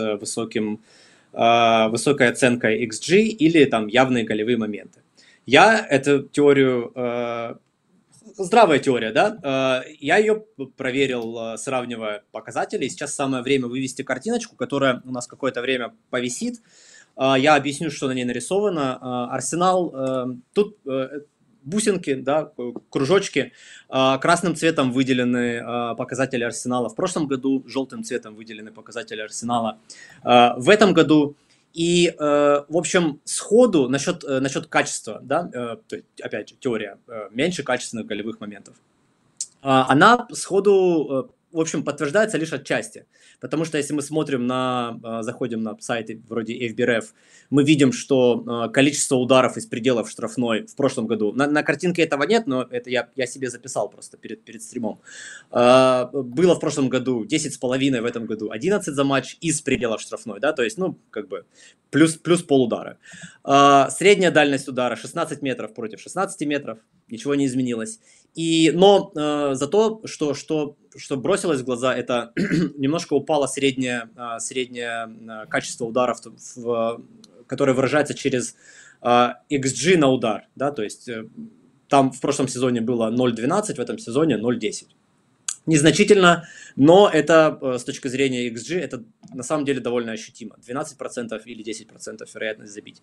высокой оценкой XG или там явные голевые моменты. Я эту теорию... Здравая теория, да? Я ее проверил, сравнивая показатели. Сейчас самое время вывести картиночку, которая у нас какое-то время повисит. Я объясню, что на ней нарисовано. Арсенал, тут бусинки, да, кружочки. Красным цветом выделены показатели Арсенала в прошлом году, желтым цветом выделены показатели Арсенала в этом году. И, в общем, сходу насчет качества, да, то есть, опять же, теория меньше качественных голевых моментов, она сходу, в общем, подтверждается лишь отчасти. Потому что если мы заходим на сайты вроде FBref, мы видим, что количество ударов из пределов штрафной в прошлом году, на картинке этого нет, но это я себе записал просто перед стримом, было в прошлом году 10,5, в этом году 11 за матч из пределов штрафной, да, то есть, ну, как бы плюс полудара. Средняя дальность удара 16 метров против 16 метров, ничего не изменилось. Но зато, что бросилось в глаза, это немножко упало среднее качество ударов, которое выражается через XG на удар. Да? То есть там в прошлом сезоне было 0,12, в этом сезоне 0,10. Незначительно, но это с точки зрения XG, это на самом деле довольно ощутимо. 12% или 10% вероятность забить.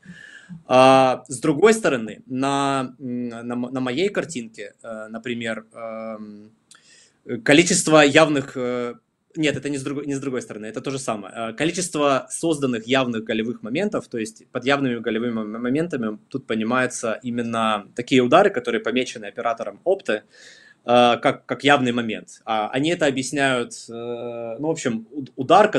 С другой стороны, на моей картинке, например, количество явных... Нет, это не с другой стороны, это то же самое. Количество созданных явных голевых моментов, то есть под явными голевыми моментами тут понимаются именно такие удары, которые помечены оператором Opta, как явный момент. Они это объясняют, ну, в общем, удар,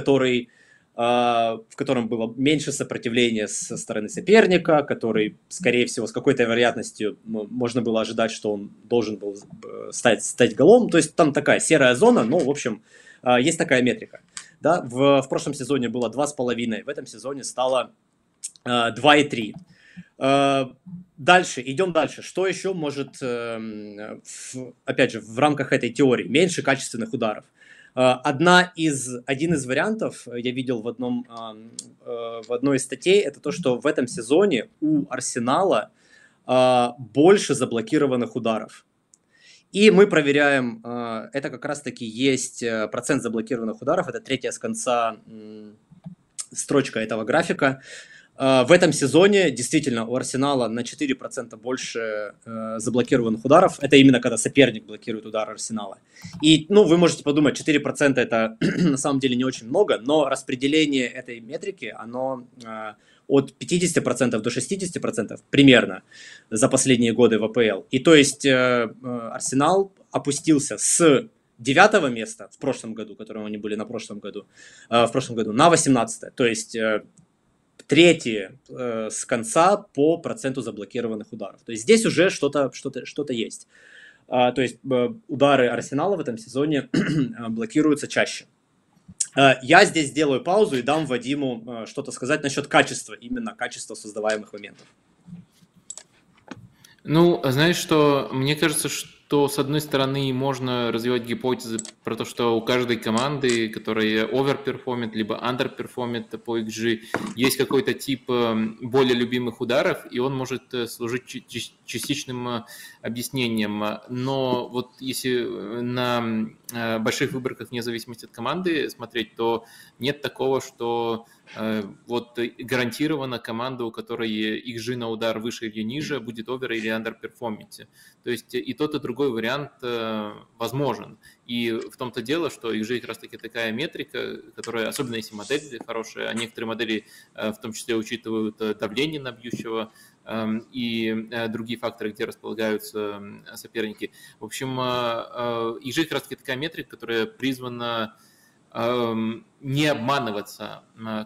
в котором было меньше сопротивления со стороны соперника, который, скорее всего, с какой-то вероятностью можно было ожидать, что он должен был стать голом. То есть там такая серая зона, но, в общем, есть такая метрика. Да? В прошлом сезоне было 2,5, в этом сезоне стало 2,3. Дальше, идем дальше. Что еще может, опять же, в рамках этой теории? Меньше качественных ударов. Один из вариантов я видел в одной из статей, это то, что в этом сезоне у Арсенала больше заблокированных ударов. И мы проверяем, это как раз-таки есть процент заблокированных ударов, это третья с конца строчка этого графика. В этом сезоне действительно у Арсенала на 4% больше заблокированных ударов. Это именно когда соперник блокирует удар Арсенала. И, вы можете подумать, 4% это на самом деле не очень много, но распределение этой метрики, оно от 50% до 60% примерно за последние годы в АПЛ. И то есть Арсенал опустился с 9-го места в прошлом году, которым они были в прошлом году, на 18-е. То есть третье с конца по проценту заблокированных ударов. То есть здесь уже что-то есть. То есть удары Арсенала в этом сезоне блокируются чаще. Я здесь сделаю паузу и дам Вадиму что-то сказать насчет качества, именно качества создаваемых моментов. Знаешь что, мне кажется, что с одной стороны можно развивать гипотезы про то, что у каждой команды, которая оверперформит, либо андерперформит по XG, есть какой-то тип более любимых ударов, и он может служить частичным объяснением. Но вот если на больших выборках вне зависимости от команды смотреть, то нет такого, что вот гарантированно команда, у которой XG на удар выше или ниже, будет овер или андерперформить. То есть и тот, и другой вариант возможен. И в том-то дело, что XG как раз таки такая метрика, которая, особенно если модель хорошая, а некоторые модели в том числе учитывают давление на бьющего и другие факторы, где располагаются соперники. В общем, XG как раз таки такая метрика, которая призвана не обманываться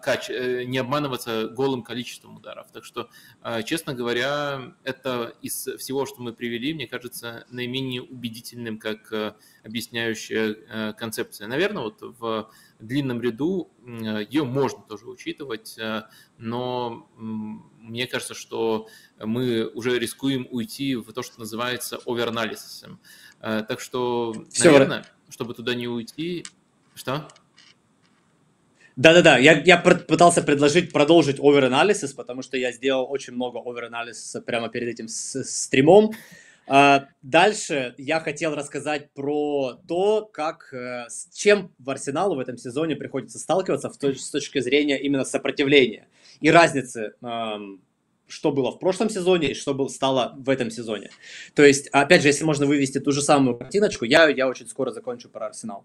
голым количеством ударов. Так что, честно говоря, это из всего, что мы привели, мне кажется, наименее убедительным как объясняющая концепция. Наверное, вот в длинном ряду ее можно тоже учитывать, но мне кажется, что мы уже рискуем уйти в то, что называется оверанализисом. Так что, наверное, чтобы туда не уйти... Что? Да-да-да, я пытался предложить продолжить оверанализис, потому что я сделал очень много оверанализиса прямо перед этим стримом. Дальше я хотел рассказать про то, с чем в Арсеналу в этом сезоне приходится сталкиваться с точки зрения именно сопротивления и разницы, что было в прошлом сезоне и что стало в этом сезоне. То есть, опять же, если можно вывести ту же самую картиночку, я очень скоро закончу про Арсенал.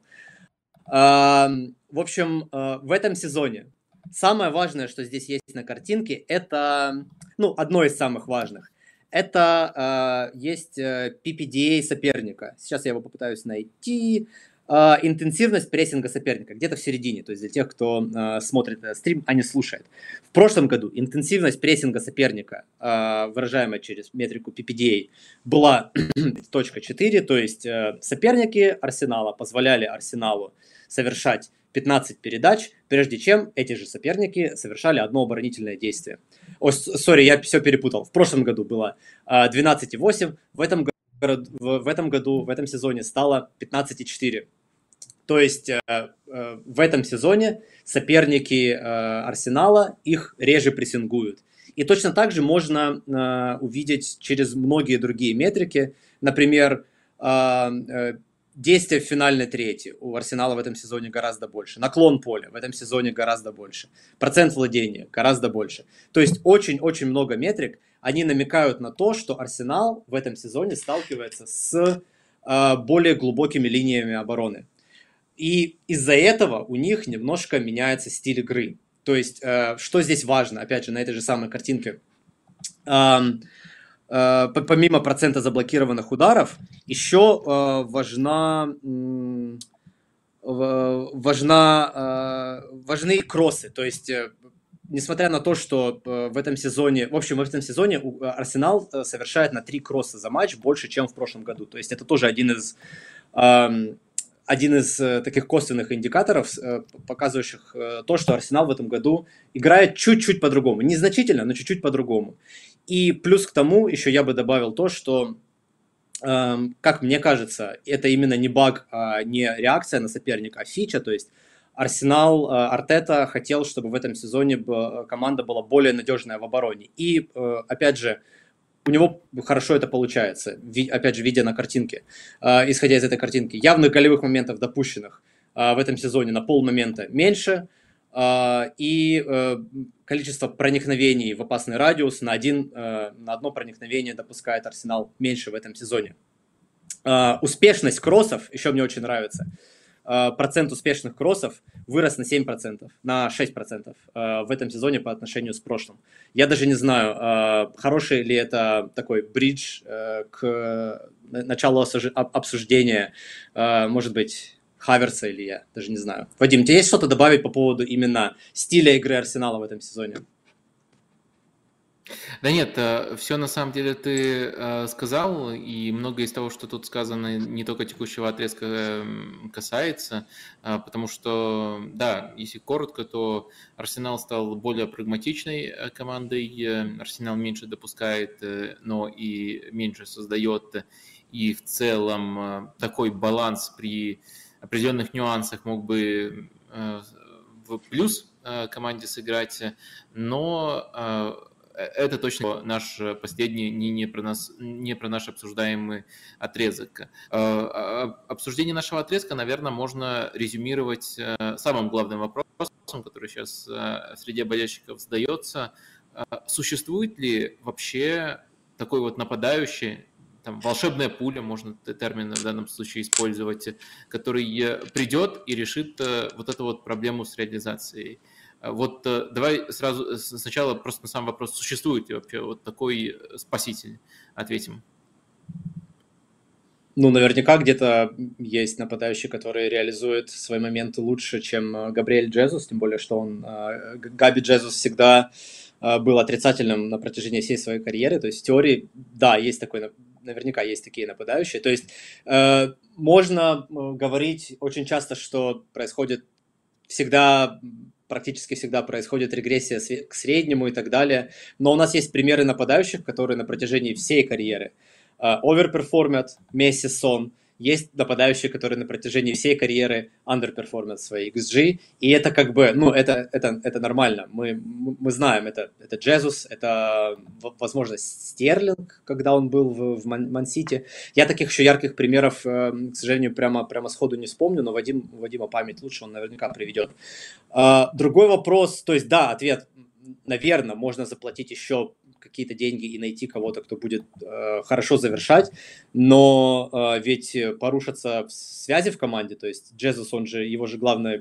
В общем, в этом сезоне самое важное, что здесь есть на картинке, это, одно из самых важных, это есть PPDA соперника. Сейчас я его попытаюсь найти. Интенсивность прессинга соперника, где-то в середине, то есть для тех, кто смотрит стрим, а не слушает. В прошлом году интенсивность прессинга соперника, выражаемая через метрику PPDA, была 0.4, то есть соперники Арсенала позволяли Арсеналу совершать 15 передач, прежде чем эти же соперники совершали одно оборонительное действие. Я все перепутал. В прошлом году было 12,8, в этом сезоне стало 15,4. То есть в этом сезоне соперники Арсенала их реже прессингуют. И точно так же можно увидеть через многие другие метрики. Например, действия в финальной трети у Арсенала в этом сезоне гораздо больше. Наклон поля в этом сезоне гораздо больше. Процент владения гораздо больше. То есть очень-очень много метрик. Они намекают на то, что Арсенал в этом сезоне сталкивается с более глубокими линиями обороны. И из-за этого у них немножко меняется стиль игры. То есть, что здесь важно, опять же, на этой же самой картинке. Помимо процента заблокированных ударов, еще важны кроссы. То есть, несмотря на то, что в этом сезоне Арсенал совершает на 3 кросса за матч больше, чем в прошлом году. То есть это тоже один из таких косвенных индикаторов, показывающих то, что Арсенал в этом году играет чуть-чуть по-другому. Незначительно, но чуть-чуть по-другому. И плюс к тому еще я бы добавил то, что, как мне кажется, это именно не баг, не реакция на соперника, а фича. То есть Арсенал, Артета хотел, чтобы в этом сезоне команда была более надежная в обороне. И, опять же, у него хорошо это получается, опять же, видя на картинке, исходя из этой картинки. Явных голевых моментов допущенных в этом сезоне на полмомента меньше, и количество проникновений в опасный радиус на одно проникновение допускает Арсенал меньше в этом сезоне. Успешность кроссов, еще мне очень нравится, процент успешных кроссов вырос на 7%, на 6% в этом сезоне по отношению с прошлым. Я даже не знаю, хороший ли это такой бридж к началу обсуждения, может быть, Хаверса или я, даже не знаю. Вадим, тебе есть что-то добавить по поводу именно стиля игры Арсенала в этом сезоне? Да нет, все на самом деле ты сказал, и многое из того, что тут сказано, не только текущего отрезка касается, потому что, да, если коротко, то Арсенал стал более прагматичной командой, Арсенал меньше допускает, но и меньше создает, и в целом такой баланс при определенных нюансах мог бы в плюс команде сыграть, но это точно наш последний, не про наш обсуждаемый отрезок. Обсуждение нашего отрезка, наверное, можно резюмировать самым главным вопросом, который сейчас среди болельщиков задается. Существует ли вообще такой вот нападающий, там, волшебная пуля, можно термин в данном случае использовать, который придет и решит вот эту вот проблему с реализацией? Вот давай сразу сначала просто на сам вопрос, существует ли вообще вот такой спаситель, ответим. Ну, наверняка где-то есть нападающий, который реализует свои моменты лучше, чем Габриэль Джезус, тем более, что Габи Джезус всегда был отрицательным на протяжении всей своей карьеры. То есть в теории, да, есть такой, наверняка есть такие нападающие. То есть можно говорить очень часто, что происходит практически всегда происходит регрессия к среднему и так далее. Но у нас есть примеры нападающих, которые на протяжении всей карьеры оверперформят, Месси, Сон. Есть нападающие, которые на протяжении всей карьеры андерперформят свои XG, и это как бы, ну, это нормально. Мы знаем, это Джезус, это, возможно, Стерлинг, когда он был в Ман-Сити. Я таких еще ярких примеров, к сожалению, прямо сходу не вспомню, но Вадима память лучше, он наверняка приведет. Другой вопрос, то есть, да, ответ, наверное, можно заплатить еще какие-то деньги и найти кого-то, кто будет хорошо завершать, но ведь порушатся связи в команде, то есть Джезус, его же главная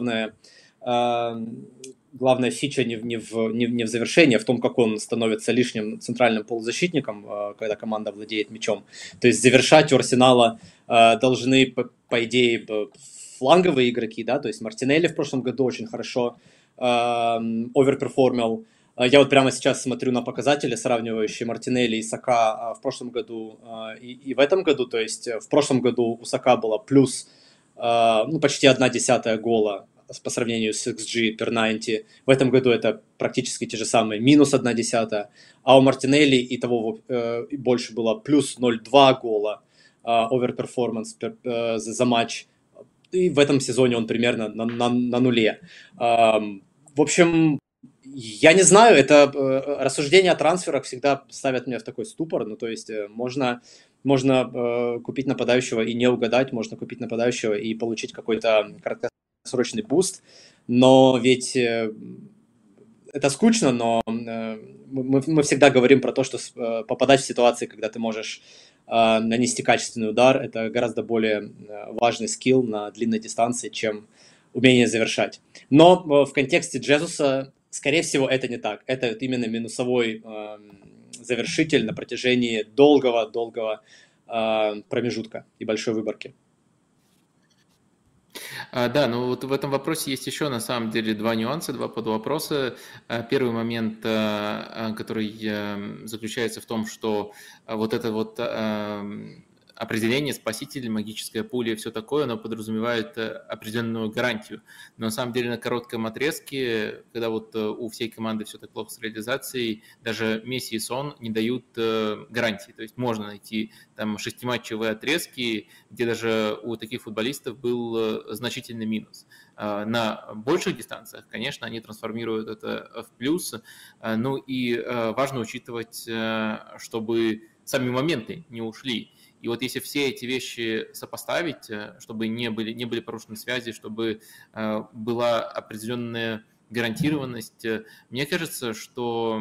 фича не в завершении, а в том, как он становится лишним центральным полузащитником, когда команда владеет мячом. То есть завершать у Арсенала должны, по идее, фланговые игроки, да, то есть Мартинелли в прошлом году очень хорошо оверперформил. Я вот прямо сейчас смотрю на показатели, сравнивающие Мартинелли и Сака в прошлом году и в этом году. То есть в прошлом году у Сака было плюс почти 1/10 гола по сравнению с XG per 90. В этом году это практически те же самые, минус 1/10. А у Мартинелли и того больше было плюс 0,2 гола оверперформанс за матч. И в этом сезоне он примерно на нуле. В общем, я не знаю, это рассуждения о трансферах всегда ставят меня в такой ступор. Ну, то есть можно купить нападающего и не угадать, можно купить нападающего и получить какой-то краткосрочный буст, но ведь это скучно, но мы всегда говорим про то, что попадать в ситуации, когда ты можешь нанести качественный удар, это гораздо более важный скилл на длинной дистанции, чем умение завершать. Но в контексте Джезуса, скорее всего, это не так. Это именно минусовой завершитель на протяжении долгого промежутка и большой выборки. Да, но вот в этом вопросе есть еще на самом деле два нюанса, два подвопроса. Первый момент, который заключается в том, что вот это вот определение спаситель, магическая пуля и все такое, оно подразумевает определенную гарантию. Но на самом деле на коротком отрезке, когда вот у всей команды все так плохо с реализацией, даже Месси и Сон не дают гарантии. То есть можно найти там шестиматчевые отрезки, где даже у таких футболистов был значительный минус. На больших дистанциях, конечно, они трансформируют это в плюс. Ну и важно учитывать, чтобы сами моменты не ушли. И вот если все эти вещи сопоставить, чтобы не были порушены связи, чтобы была определенная гарантированность, мне кажется, что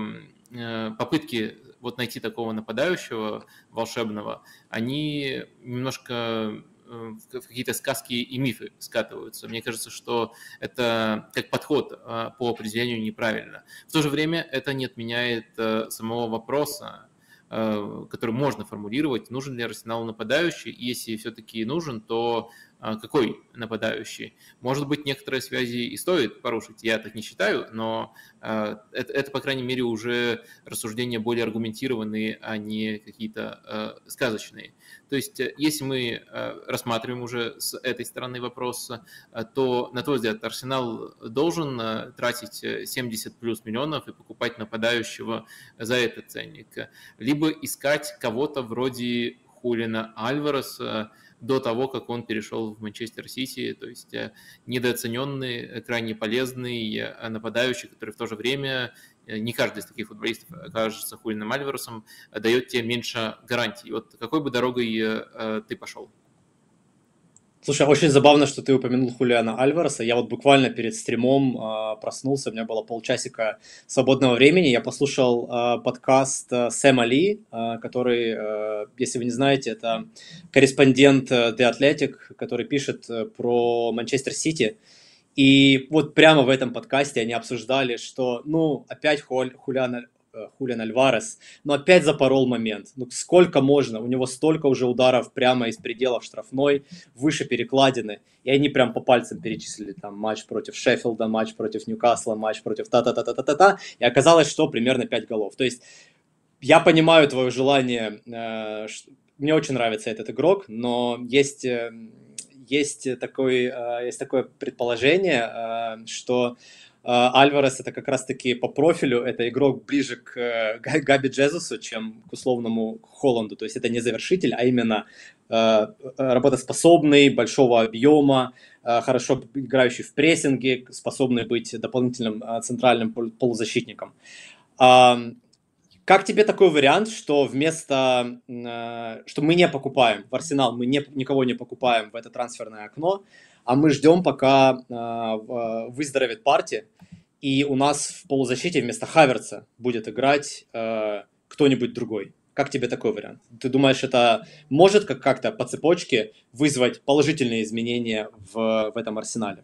попытки вот найти такого нападающего волшебного, они немножко в какие-то сказки и мифы скатываются. Мне кажется, что это как подход по определению неправильно. В то же время это не отменяет самого вопроса, который можно формулировать, нужен ли Арсеналу нападающий, и если все-таки нужен, то какой нападающий? Может быть, некоторые связи и стоит порушить, я так не считаю, но это, по крайней мере, уже рассуждения более аргументированные, а не какие-то сказочные. То есть, если мы рассматриваем уже с этой стороны вопроса, то, на твой взгляд, Арсенал должен тратить 70 плюс миллионов и покупать нападающего за этот ценник, либо искать кого-то вроде Хулиана Альвареса до того, как он перешел в Манчестер Сити, то есть недооцененный, крайне полезный нападающий, который в то же время, не каждый из таких футболистов окажется Хулианом Альваресом, дает тебе меньше гарантий. Вот какой бы дорогой ты пошел? Слушай, очень забавно, что ты упомянул Хулиана Альвареса. Я вот буквально перед стримом проснулся, у меня было полчасика свободного времени. Я послушал подкаст Сэма Ли, который, если вы не знаете, это корреспондент The Athletic, который пишет про Манчестер Сити. И вот прямо в этом подкасте они обсуждали, что, ну, опять Хулиан Альварес, но опять запорол момент. Ну, сколько можно? У него столько уже ударов прямо из пределов штрафной, выше перекладины. И они прям по пальцам перечислили там матч против Шеффилда, матч против Ньюкасла, матч против та-та-та-та-та-та. И оказалось, что примерно 5 голов. То есть я понимаю твое желание. Мне очень нравится этот игрок, но есть такое предположение, что Альварес это как раз-таки по профилю, это игрок ближе к Габи Джезусу, чем к условному Холланду. То есть это не завершитель, а именно работоспособный, большого объема, хорошо играющий в прессинге, способный быть дополнительным центральным полузащитником. Как тебе такой вариант, что что мы не покупаем в Арсенал, мы никого не покупаем в это трансферное окно, а мы ждем, пока выздоровеет партия, и у нас в полузащите вместо Хаверца будет играть кто-нибудь другой? Как тебе такой вариант? Ты думаешь, это может как-то по цепочке вызвать положительные изменения в этом Арсенале?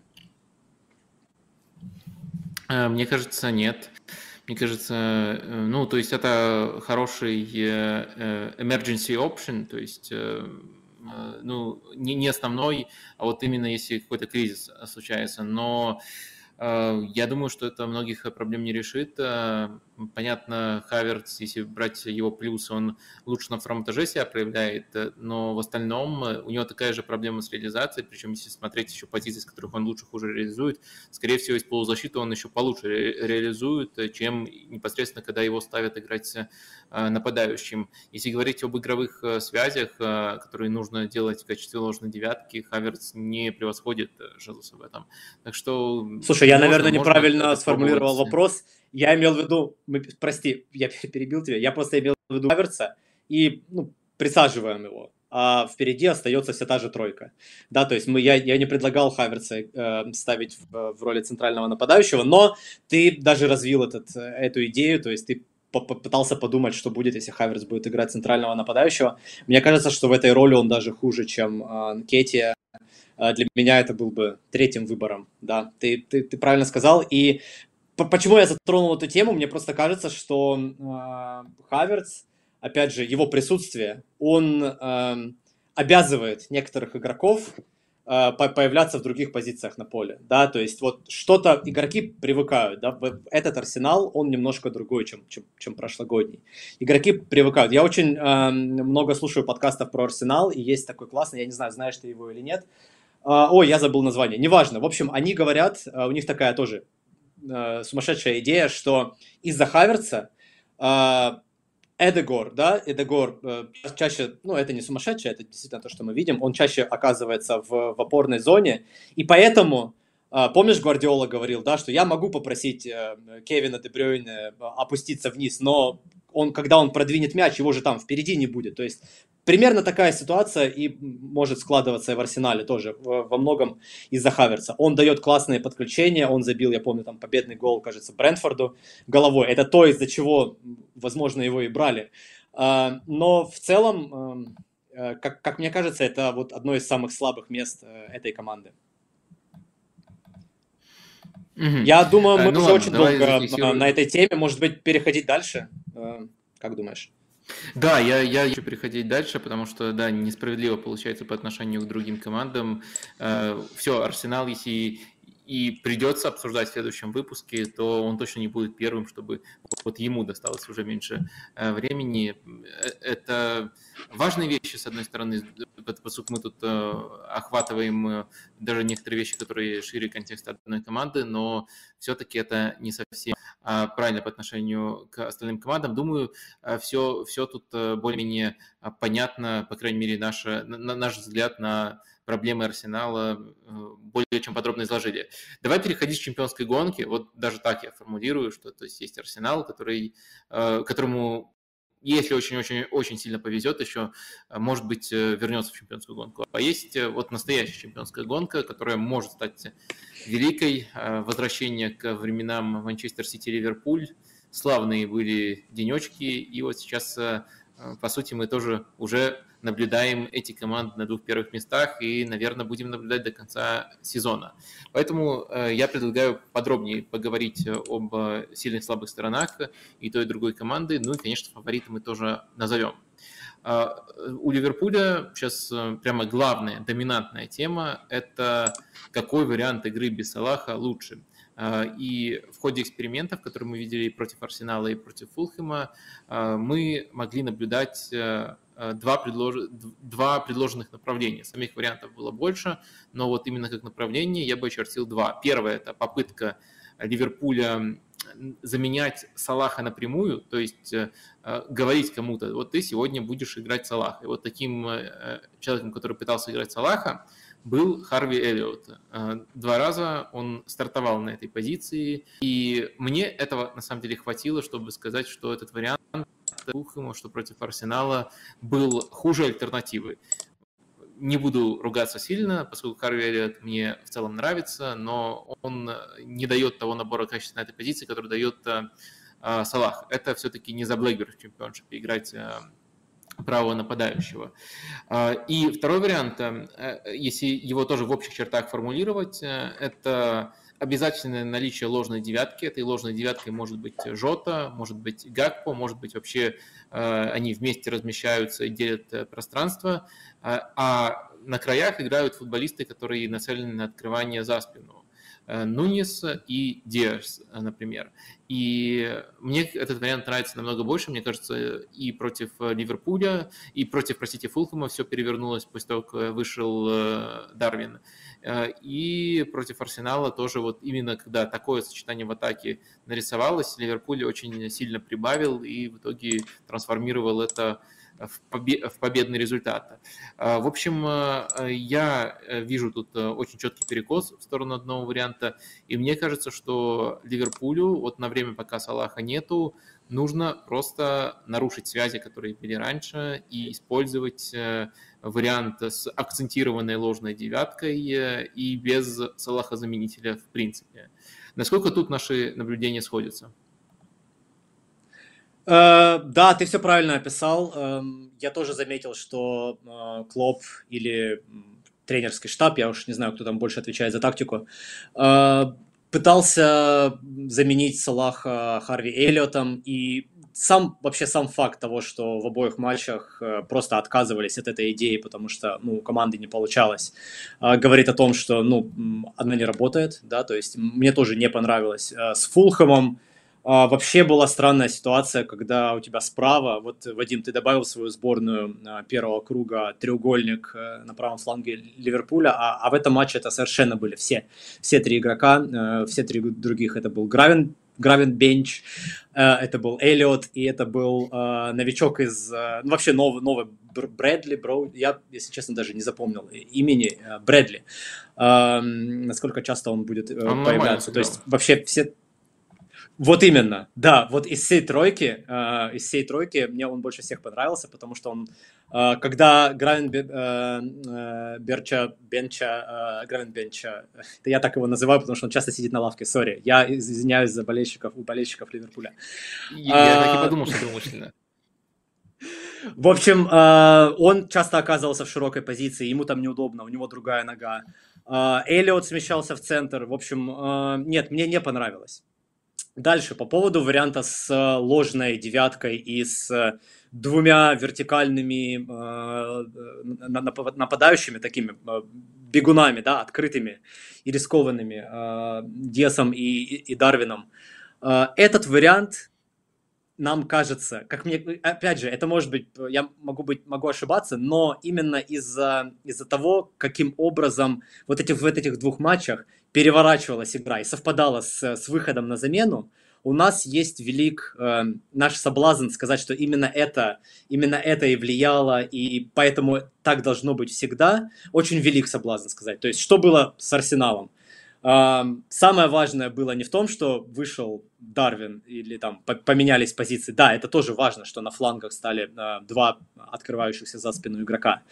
Мне кажется, нет. Мне кажется, ну, то есть это хороший emergency option, то есть, ну, не основной, а вот именно если какой-то кризис случается. Но я думаю, что это многих проблем не решит. Понятно, Хаверц, если брать его плюс, он лучше на втором этаже себя проявляет, но в остальном у него такая же проблема с реализацией, причем если смотреть еще позиции, с которых он лучше, хуже реализует, скорее всего, из полузащиты он еще получше реализует, чем непосредственно, когда его ставят играть нападающим. Если говорить об игровых связях, которые нужно делать в качестве ложной девятки, Хаверц не превосходит Жезуса в этом. Так что... Слушай, я, наверное, неправильно сформулировал вопрос. Я имел в виду, прости, я перебил тебя, я просто имел в виду Хаверца и присаживаем его, а впереди остается вся та же тройка. Да, то есть я не предлагал Хаверца ставить в роли центрального нападающего, но ты даже развил эту идею, то есть ты попытался подумать, что будет, если Хаверц будет играть центрального нападающего. Мне кажется, что в этой роли он даже хуже, чем Нкетия. Для меня это был бы третьим выбором, да, ты правильно сказал. И почему я затронул эту тему? Мне просто кажется, что Хаверц, опять же, его присутствие, он обязывает некоторых игроков появляться в других позициях на поле, да, то есть вот что-то игроки привыкают, да, этот Арсенал, он немножко другой, чем прошлогодний. Игроки привыкают. Я очень много слушаю подкастов про Арсенал, и есть такой классный, я не знаю, знаешь ты его или нет, ой, я забыл название, неважно, в общем, они говорят, у них такая тоже сумасшедшая идея, что из-за Хаверца Эдегор, да, Эдегор чаще, ну, это не сумасшедший, это действительно то, что мы видим, он чаще оказывается в опорной зоне, и поэтому, помнишь, Гвардиола говорил, да, что я могу попросить Кевина Де Брюйне опуститься вниз, но когда он продвинет мяч, его же там впереди не будет, то есть примерно такая ситуация и может складываться и в Арсенале тоже, во многом из-за Хаверца. Он дает классные подключения, он забил, я помню, там победный гол, кажется, Брентфорду головой. Это то, из-за чего, возможно, его и брали. Но в целом, как мне кажется, это вот одно из самых слабых мест этой команды. Я думаю, мы уже очень долго на этой теме. Может быть, переходить дальше? Как думаешь? Да, я хочу переходить дальше, потому что, да, несправедливо получается по отношению к другим командам. Все, Арсенал, если и придется обсуждать в следующем выпуске, то он точно не будет первым, чтобы вот ему досталось уже меньше времени. Это важные вещи, с одной стороны, поскольку мы тут охватываем даже некоторые вещи, которые шире контекста одной команды, но все-таки это не совсем правильно по отношению к остальным командам. Думаю, все тут более-менее понятно, по крайней мере, наш взгляд на проблемы Арсенала более чем подробно изложили. Давай переходить с чемпионской гонки. Вот даже так я формулирую, что то есть Арсенал, которому, если очень-очень-очень сильно повезет, еще, может быть, вернется в чемпионскую гонку. А есть вот настоящая чемпионская гонка, которая может стать великой. Возвращение к временам Манчестер Сити-Ливерпуль. Славные были денечки. И вот сейчас, по сути, мы тоже уже наблюдаем эти команды на двух первых местах и, наверное, будем наблюдать до конца сезона. Поэтому я предлагаю подробнее поговорить об сильных и слабых сторонах и той, и другой команды. Ну и, конечно, фавориты мы тоже назовем. У Ливерпуля сейчас прямо главная, доминантная тема – это какой вариант игры без Салаха лучше. И в ходе экспериментов, которые мы видели против Арсенала и против Фулхэма, мы могли наблюдать два предложенных направления. Самих вариантов было больше, но вот именно как направление я бы очертил два. Первое – это попытка Ливерпуля заменять Салаха напрямую, то есть говорить кому-то, вот ты сегодня будешь играть Салаха. И вот таким человеком, который пытался играть Салаха, был Харви Эллиот. 2 раза он стартовал на этой позиции, и мне этого на самом деле хватило, чтобы сказать, что этот вариант, что против Арсенала, был хуже альтернативы. Не буду ругаться сильно, поскольку Харви Эллиот мне в целом нравится, но он не дает того набора качеств на этой позиции, который дает Салах. Это все-таки не за Блэкберн в чемпионшипе играть правого нападающего. И второй вариант, если его тоже в общих чертах формулировать, это обязательное наличие ложной девятки. Этой ложной девяткой может быть Жота, может быть Гакпо, может быть вообще они вместе размещаются и делят пространство, а на краях играют футболисты, которые нацелены на открывание за спину. Нуньес и Диас, например. И мне этот вариант нравится намного больше. Мне кажется, и против Ливерпуля, и против, простите, Фулхэма все перевернулось после того, как вышел Дарвин. И против Арсенала тоже вот именно когда такое сочетание в атаке нарисовалось, Ливерпуль очень сильно прибавил и в итоге трансформировал это в победный результат. В общем, я вижу тут очень четкий перекос в сторону одного варианта, и мне кажется, что Ливерпулю вот на время, пока Салаха нету, нужно просто нарушить связи, которые были раньше, и использовать вариант с акцентированной ложной девяткой и без Салаха-заменителя в принципе. Насколько тут наши наблюдения сходятся? Да, ты все правильно описал. Я тоже заметил, что Клоп или тренерский штаб, я уж не знаю, кто там больше отвечает за тактику, пытался заменить Салаха Харви Эллиотом, и сам факт того, что в обоих матчах просто отказывались от этой идеи, потому что, ну, у команды не получалось, говорит о том, что, ну, она не работает, да, то есть мне тоже не понравилось. С Фулхэмом вообще была странная ситуация, когда у тебя справа, вот, Вадим, ты добавил в свою сборную первого круга треугольник на правом фланге Ливерпуля, а в этом матче это совершенно были все три игрока, все три других, это был Гравенбенч, это был Эллиот, и это был новичок из, ну, вообще новый Брэдли, я, если честно, даже не запомнил имени, Брэдли, насколько часто он будет появляться, то есть вообще все... Вот именно, да, вот из всей тройки мне он больше всех понравился, потому что он, когда Гравенбенча, это я так его называю, потому что он часто сидит на лавке, сори, я извиняюсь за у болельщиков Ливерпуля. Я так и подумал, что это умышленно. В общем, он часто оказывался в широкой позиции, ему там неудобно, у него другая нога. Эллиот смещался в центр, в общем, нет, мне не понравилось. Дальше, по поводу варианта с ложной девяткой и с двумя вертикальными нападающими, такими бегунами, да, открытыми и рискованными, Диасом и Дарвином. Этот вариант, нам кажется, как мне, опять же, это может быть, я могу ошибаться, но именно из-за того, каким образом в этих двух матчах переворачивалась игра и совпадала с выходом на замену, у нас есть велик наш соблазн сказать, что именно это и влияло, и поэтому так должно быть всегда. Очень велик соблазн сказать. То есть, что было с Арсеналом? Самое важное было не в том, что вышел Дарвин или там поменялись позиции. Да, это тоже важно, что на флангах стали два открывающихся за спину игрока.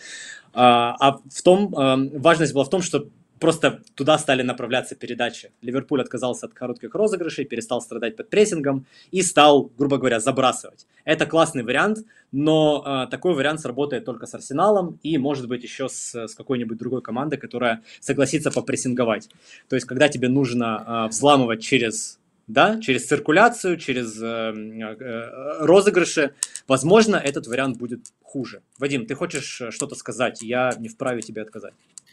Важность была в том, что просто туда стали направляться передачи. Ливерпуль отказался от коротких розыгрышей, перестал страдать под прессингом и стал, грубо говоря, забрасывать. Это классный вариант, но такой вариант сработает только с Арсеналом и, может быть, еще с какой-нибудь другой командой, которая согласится попрессинговать. То есть, когда тебе нужно взламывать через циркуляцию, через розыгрыши, возможно, этот вариант будет хуже. Вадим, ты хочешь что-то сказать? Я не вправе тебе отказать.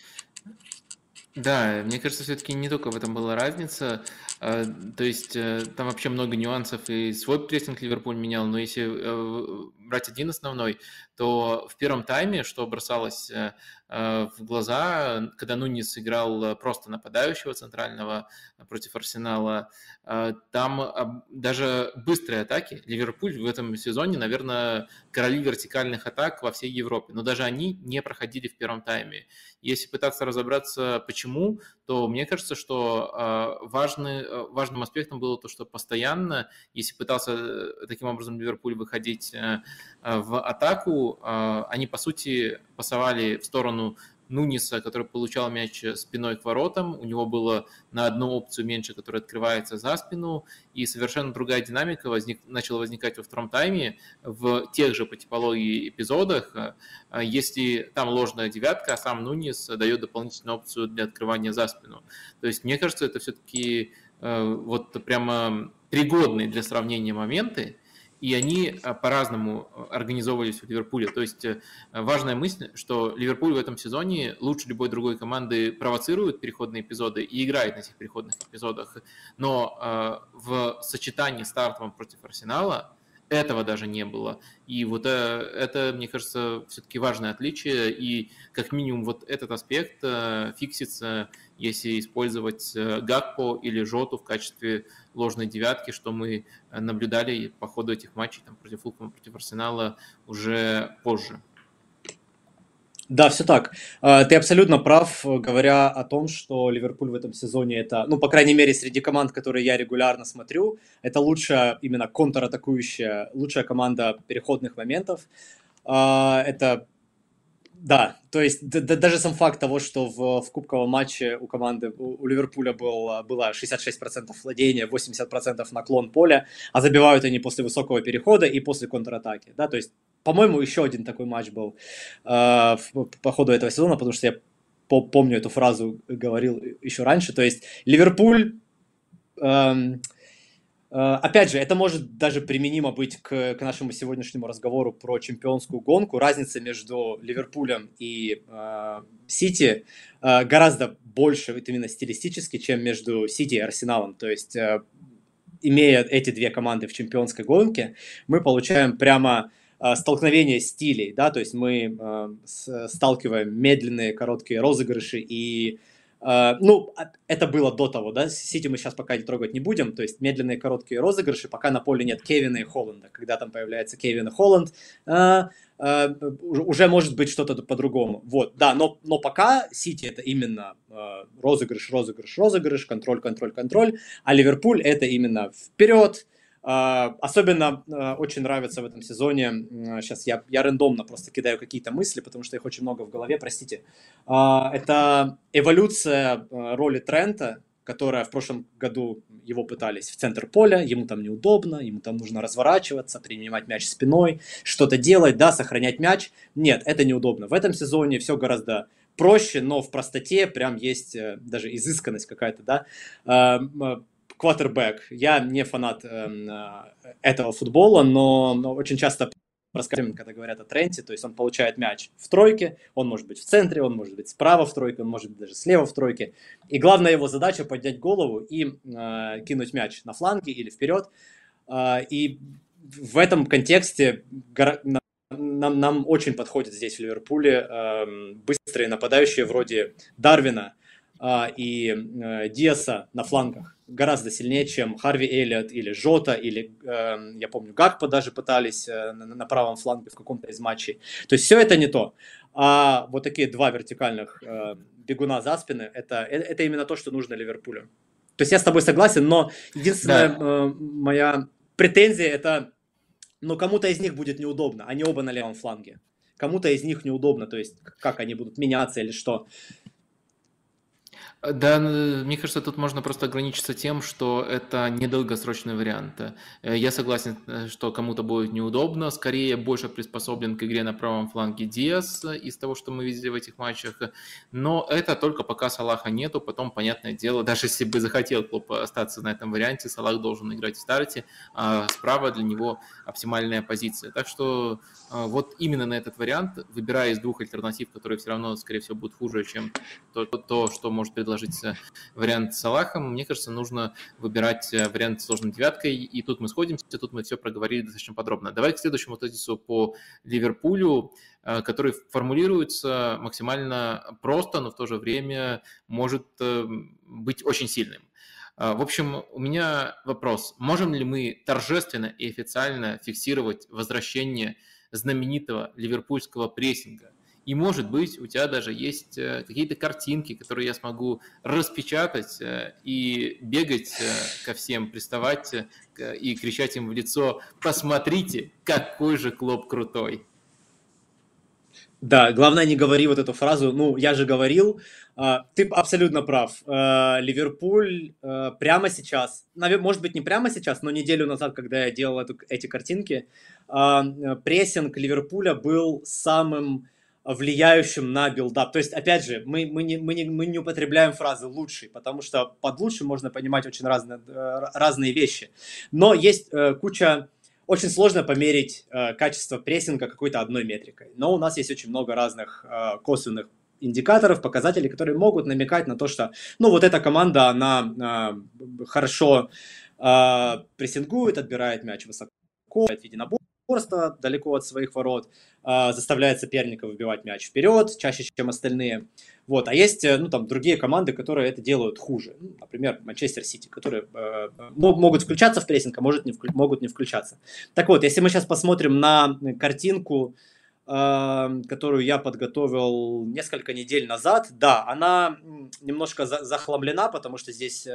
Да, мне кажется, все-таки не только в этом была разница. То есть там вообще много нюансов, и свой прессинг Ливерпуль менял, но если брать один основной, то в первом тайме, что бросалось в глаза, когда Нуньес играл просто нападающего центрального против Арсенала, там даже быстрые атаки. Ливерпуль в этом сезоне, наверное, короли вертикальных атак во всей Европе, но даже они не проходили в первом тайме. Если пытаться разобраться, почему, то мне кажется, что важным аспектом было то, что постоянно, если пытался таким образом Ливерпуль выходить в атаку, они, по сути, пасовали в сторону Нуниса, который получал мяч спиной к воротам, у него было на одну опцию меньше, которая открывается за спину, и совершенно другая динамика начала возникать во втором тайме в тех же по типологии эпизодах, если там ложная девятка, а сам Нунис дает дополнительную опцию для открывания за спину. То есть, мне кажется, это все-таки вот прямо пригодные для сравнения моменты, и они по-разному организовывались у Ливерпуля. То есть важная мысль, что Ливерпуль в этом сезоне лучше любой другой команды провоцирует переходные эпизоды и играет на этих переходных эпизодах, но в сочетании с стартовым против Арсенала этого даже не было. И вот это, мне кажется, все-таки важное отличие, и как минимум вот этот аспект фиксится, если использовать Гакпо или Жоту в качестве ложной девятки, что мы наблюдали по ходу этих матчей там, против Фулхэма, против Арсенала уже позже. Да, все так. Ты абсолютно прав, говоря о том, что Ливерпуль в этом сезоне это, ну, по крайней мере, среди команд, которые я регулярно смотрю, это лучшая именно контратакующая, лучшая команда переходных моментов. Это, да, то есть даже сам факт того, что в кубковом матче у команды, у Ливерпуля было 66% владения, 80% наклон поля, а забивают они после высокого перехода и после контратаки, да, то есть, по-моему, еще один такой матч был по ходу этого сезона, потому что я помню эту фразу, говорил еще раньше, то есть Ливерпуль Опять же, это может даже применимо быть к нашему сегодняшнему разговору про чемпионскую гонку. Разница между Ливерпулем и Сити гораздо больше вот именно стилистически, чем между Сити и Арсеналом. То есть, имея эти две команды в чемпионской гонке, мы получаем прямо столкновение стилей, да, то есть мы сталкиваем медленные короткие розыгрыши и ну, это было до того, да, Сити мы сейчас пока трогать не будем, то есть медленные короткие розыгрыши, пока на поле нет Кевина и Холланда. Когда там появляется Кевин и Холланд, уже может быть что-то по-другому. Вот, да, но пока Сити это именно розыгрыш, розыгрыш, розыгрыш, контроль, контроль, контроль, а Ливерпуль это именно вперед. Особенно очень нравится в этом сезоне, сейчас я рандомно просто кидаю какие-то мысли, потому что их очень много в голове, простите. Это эволюция роли Трента, которая в прошлом году его пытались в центр поля, ему там неудобно, ему там нужно разворачиваться, принимать мяч спиной, что-то делать, да, сохранять мяч. Нет, это неудобно. В этом сезоне все гораздо проще, но в простоте прям есть даже изысканность какая-то, да. Квотербэк. Я не фанат этого футбола, но очень часто рассказываем, когда говорят о Тренте, то есть он получает мяч в тройке, он может быть в центре, он может быть справа в тройке, он может быть даже слева в тройке. И главная его задача поднять голову и кинуть мяч на фланге или вперед. И в этом контексте нам очень подходит здесь в Ливерпуле быстрые нападающие вроде Дарвина и Диаса на флангах. Гораздо сильнее, чем Харви Эллиот или Жота, или, я помню, Гакпо даже пытались на правом фланге в каком-то из матчей. То есть все это не то. А вот такие два вертикальных бегуна за спины, это именно то, что нужно Ливерпулю. То есть я с тобой согласен, но единственная моя претензия это, ну, кому-то из них будет неудобно, они оба на левом фланге. Кому-то из них неудобно, то есть как они будут меняться или что. Да, мне кажется, тут можно просто ограничиться тем, что это недолгосрочный вариант. Я согласен, что кому-то будет неудобно, скорее больше приспособлен к игре на правом фланге Диас из того, что мы видели в этих матчах, но это только пока Салаха нету, потом, понятное дело, даже если бы захотел Клоп остаться на этом варианте, Салах должен играть в старте, а справа для него оптимальная позиция. Так что вот именно на этот вариант, выбирая из двух альтернатив, которые все равно, скорее всего, будут хуже, чем то, что может предложить вариант с Салахом, мне кажется, нужно выбирать вариант с сложной девяткой, и тут мы сходимся, тут мы все проговорили достаточно подробно. Давай к следующему тезису по Ливерпулю, который формулируется максимально просто, но в то же время может быть очень сильным. В общем, у меня вопрос. Можем ли мы торжественно и официально фиксировать возвращение знаменитого ливерпульского прессинга? И, может быть, у тебя даже есть какие-то картинки, которые я смогу распечатать и бегать ко всем, приставать и кричать им в лицо: «Посмотрите, какой же Клоп крутой!» Да, главное, не говори вот эту фразу, ну, я же говорил, ты абсолютно прав. Ливерпуль прямо сейчас, может быть, не прямо сейчас, но неделю назад, когда я делал эти картинки, прессинг Ливерпуля был самым влияющим на билдап. То есть, опять же, мы не употребляем фразы «лучший», потому что под «лучшим» можно понимать очень разные вещи. Но есть куча... Очень сложно померить качество прессинга какой-то одной метрикой. Но у нас есть очень много разных косвенных индикаторов, показателей, которые могут намекать на то, что, ну, вот эта команда, она хорошо прессингует, отбирает мяч высоко, в единоборство далеко от своих ворот, заставляет соперника выбивать мяч вперед чаще, чем остальные. Вот. А есть, ну, там, другие команды, которые это делают хуже. Например, Манчестер Сити, которые могут включаться в прессинг, а могут не включаться. Так вот, если мы сейчас посмотрим на картинку, которую я подготовил несколько недель назад, да, она немножко захламлена, потому что здесь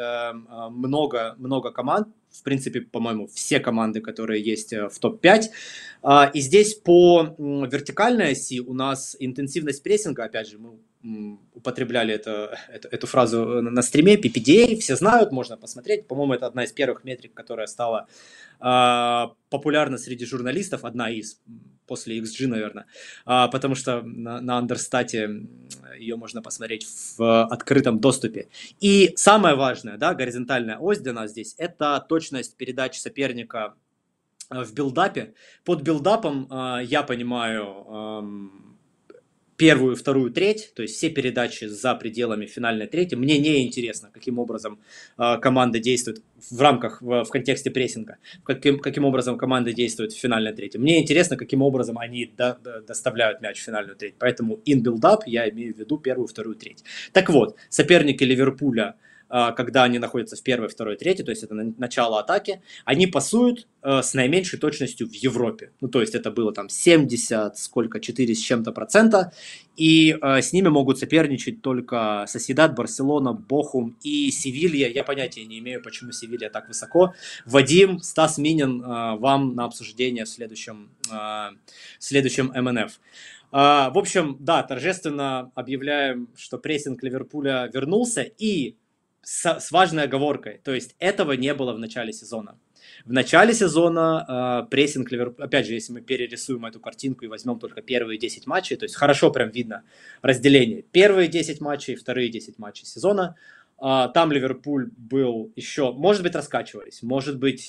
много команд, в принципе, по-моему, все команды, которые есть в топ-5, и здесь по вертикальной оси у нас интенсивность прессинга, опять же, мы употребляли эту фразу на стриме, PPDA, все знают, можно посмотреть, по-моему, это одна из первых метрик, которая стала популярна среди журналистов, одна из, после XG, наверное, потому что на Андерстате ее можно посмотреть в открытом доступе. И самое важное, да, горизонтальная ось для нас здесь, это точность передач соперника в билдапе. Под билдапом я понимаю первую, вторую, треть, то есть все передачи за пределами финальной трети. Мне не интересно, каким образом команда действует в рамках, в контексте прессинга, каким образом команда действует в финальной трети. Мне интересно, каким образом они доставляют мяч в финальную треть. Поэтому in build-up я имею в виду первую, вторую, треть. Так вот, соперники Ливерпуля, когда они находятся в первой, второй, третьей, то есть это начало атаки, они пасуют с наименьшей точностью в Европе. Ну, то есть это было там 70, сколько, 4 с чем-то процента, и с ними могут соперничать только Сосьедад, Барселона, Бохум и Севилья. Я понятия не имею, почему Севилья так высоко. Вадим, Стас Минин, вам на обсуждение в следующем МНФ. В общем, да, торжественно объявляем, что прессинг Ливерпуля вернулся, и с важной оговоркой, то есть этого не было в начале сезона. В начале сезона прессинг Ливерпуля, опять же, если мы перерисуем эту картинку и возьмем только первые 10 матчей, то есть хорошо прям видно разделение. Первые 10 матчей, вторые 10 матчей сезона, там Ливерпуль был еще, может быть, раскачивались, может быть,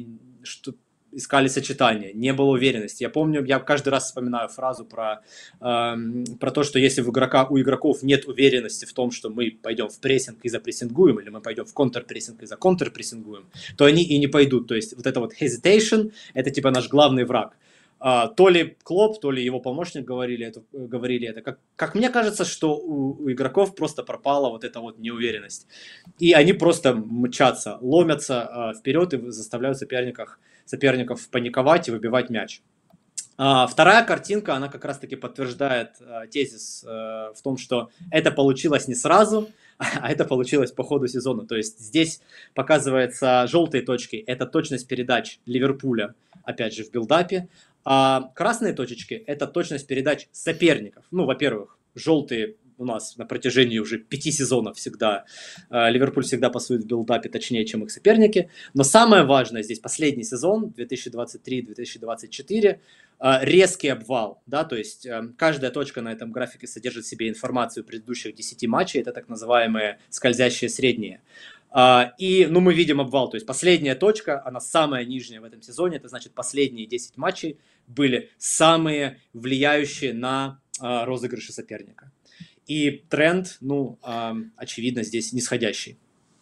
искали сочетания, не было уверенности. Я помню, я каждый раз вспоминаю фразу про то, что если у игроков нет уверенности в том, что мы пойдем в прессинг и запрессингуем, или мы пойдем в контрпрессинг и за контрпрессингуем, то они и не пойдут. То есть вот это вот hesitation, это типа наш главный враг. То ли Клоп, то ли его помощник говорили это. Как мне кажется, что у игроков просто пропала вот эта вот неуверенность. И они просто мчатся, ломятся вперед и заставляют соперников паниковать и выбивать мяч. Вторая картинка, она как раз-таки подтверждает тезис в том, что это получилось не сразу, а это получилось по ходу сезона. То есть здесь показывается желтые точки, это точность передач Ливерпуля, опять же, в билдапе, а красные точечки – это точность передач соперников. Ну, во-первых, желтые у нас на протяжении уже 5 сезонов всегда, Ливерпуль всегда пасует в билдапе точнее, чем их соперники. Но самое важное здесь последний сезон, 2023-2024, резкий обвал, да, то есть каждая точка на этом графике содержит в себе информацию предыдущих 10 матчей, это так называемые скользящие средние. И, мы видим обвал, то есть последняя точка, она самая нижняя в этом сезоне, это значит последние 10 матчей были самые влияющие на розыгрыши соперника. И тренд, очевидно, здесь нисходящий.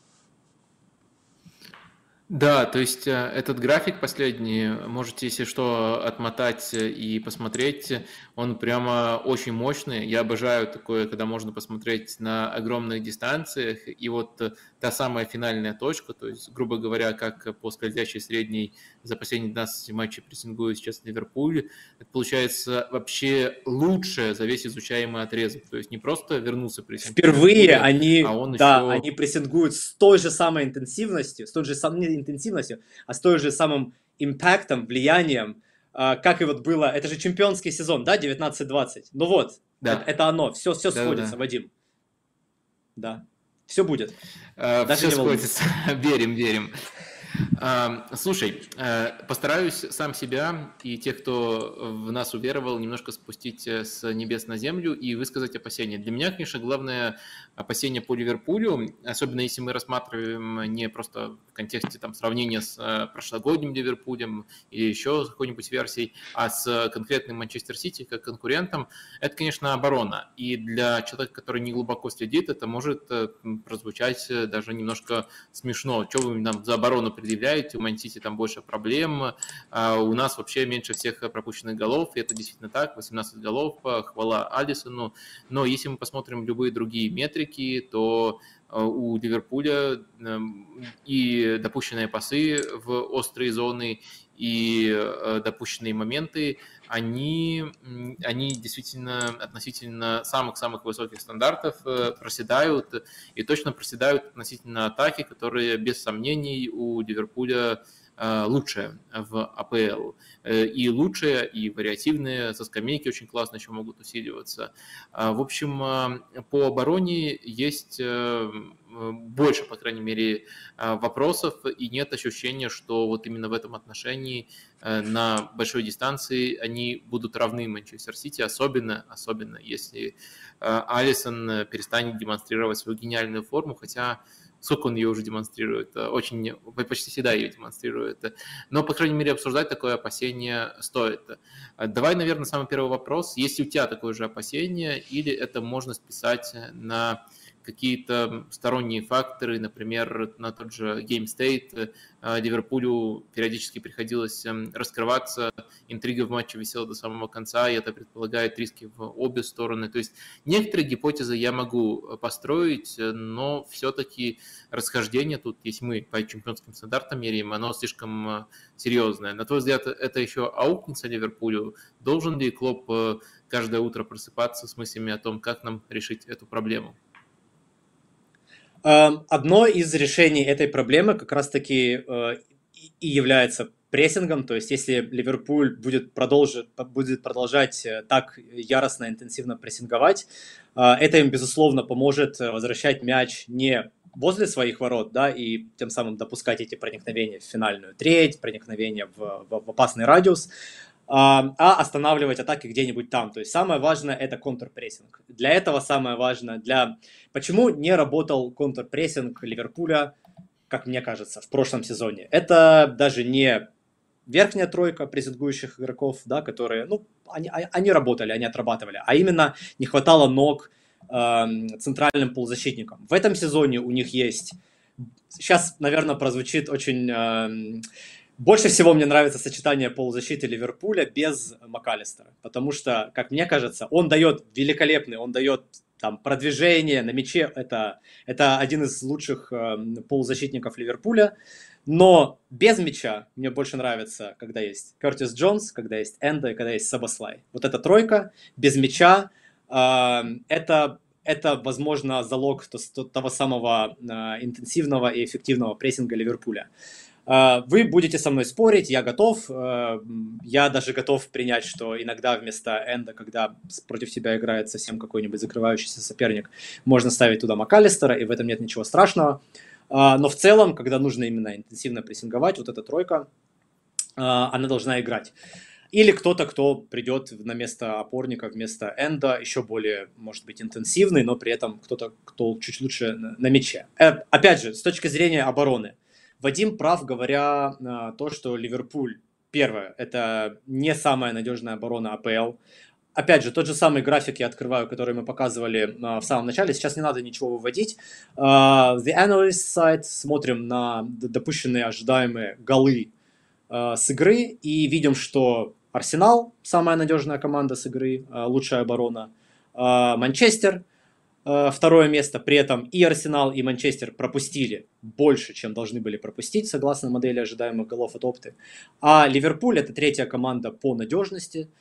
Да, то есть этот график последний, можете, если что, отмотать и посмотреть, он прямо очень мощный. Я обожаю такое, когда можно посмотреть на огромных дистанциях, и вот та самая финальная точка, то есть, грубо говоря, как по скользящей средней за последние 12 матчей прессингует сейчас Ливерпуль, это получается вообще лучшее за весь изучаемый отрезок. То есть не просто вернулся прессинг. Впервые они прессингуют с той же самой интенсивностью, с той же самой интенсивностью, а с той же самым импактом, влиянием, как и вот было, это же чемпионский сезон, да, 19-20. Ну вот, да. Это оно, все сходится, да. Вадим. Да, все будет. Все сходится, верим. Слушай, постараюсь сам себя и тех, кто в нас уверовал, немножко спустить с небес на землю и высказать опасения. Для меня, конечно, главное опасение по Ливерпулю, особенно если мы рассматриваем не просто в контексте сравнения с прошлогодним Ливерпулем или еще с какой-нибудь версией, а с конкретным Манчестер Сити как конкурентом, это, конечно, оборона. И для человека, который не глубоко следит, это может прозвучать даже немножко смешно. Что вы нам за оборону предъявляете, у Ман-Сити там больше проблем, у нас вообще меньше всех пропущенных голов, и это действительно так, 18 голов, хвала Алисону, но если мы посмотрим любые другие метрики, то у Ливерпуля и допущенные пасы в острые зоны, и допущенные моменты, они действительно относительно самых-самых высоких стандартов проседают, и точно проседают относительно атаки, которые без сомнений у Ливерпуля лучшее в АПЛ. И лучшее, и вариативные, со скамейки очень классно еще могут усиливаться. В общем, по обороне есть больше, по крайней мере, вопросов, и нет ощущения, что вот именно в этом отношении на большой дистанции они будут равны Манчестер Сити, особенно если Алисон перестанет демонстрировать свою гениальную форму, хотя сколько он ее уже демонстрирует, почти всегда ее демонстрирует. Но, по крайней мере, обсуждать такое опасение стоит. Давай, наверное, самый первый вопрос. Есть ли у тебя такое же опасение, или это можно списать на какие-то сторонние факторы, например, на тот же Game State, Ливерпулю периодически приходилось раскрываться, интрига в матче висела до самого конца, и это предполагает риски в обе стороны. То есть некоторые гипотезы я могу построить, но все-таки расхождение тут, если мы по чемпионским стандартам меряем, оно слишком серьезное. На твой взгляд, это еще аукнется Ливерпулю? Должен ли Клопп каждое утро просыпаться с мыслями о том, как нам решить эту проблему? Одно из решений этой проблемы как раз-таки и является прессингом, то есть если Ливерпуль будет продолжать так яростно, интенсивно прессинговать, это им, безусловно, поможет возвращать мяч не возле своих ворот, да, и тем самым допускать эти проникновения в финальную треть, проникновения в опасный радиус, а останавливать атаки где-нибудь там. То есть самое важное – это контрпрессинг. Для этого самое важное, почему не работал контрпрессинг Ливерпуля, как мне кажется, в прошлом сезоне. Это даже не верхняя тройка прессингующих игроков, да, которые, они работали, они отрабатывали, а именно не хватало ног центральным полузащитникам. В этом сезоне у них есть, сейчас, наверное, прозвучит очень... Больше всего мне нравится сочетание полузащиты Ливерпуля без МакАлистера, потому что, как мне кажется, он дает там продвижение на мяче, это один из лучших полузащитников Ливерпуля, но без мяча мне больше нравится, когда есть Кертис Джонс, когда есть Энда и когда есть Сабаслай. Вот эта тройка без мяча, это, возможно, залог того самого интенсивного и эффективного прессинга Ливерпуля. Вы будете со мной спорить, я готов. Я даже готов принять, что иногда вместо Энда, когда против тебя играет совсем какой-нибудь закрывающийся соперник, можно ставить туда МакАлистера, и в этом нет ничего страшного. Но в целом, когда нужно именно интенсивно прессинговать, вот эта тройка, она должна играть. Или кто-то, кто придет на место опорника вместо Энда, еще более, может быть, интенсивный, но при этом кто-то, кто чуть лучше на мяче. Опять же, с точки зрения обороны, Вадим прав, говоря то, что Ливерпуль, первое, это не самая надежная оборона АПЛ. Опять же, тот же самый график я открываю, который мы показывали в самом начале. Сейчас не надо ничего выводить. The Analyst Site, смотрим на допущенные ожидаемые голы с игры и видим, что Арсенал, самая надежная команда с игры, лучшая оборона. Манчестер, второе место, при этом и Арсенал, и Манчестер пропустили больше, чем должны были пропустить, согласно модели ожидаемых голов от Опты. А Ливерпуль – это третья команда по надежности,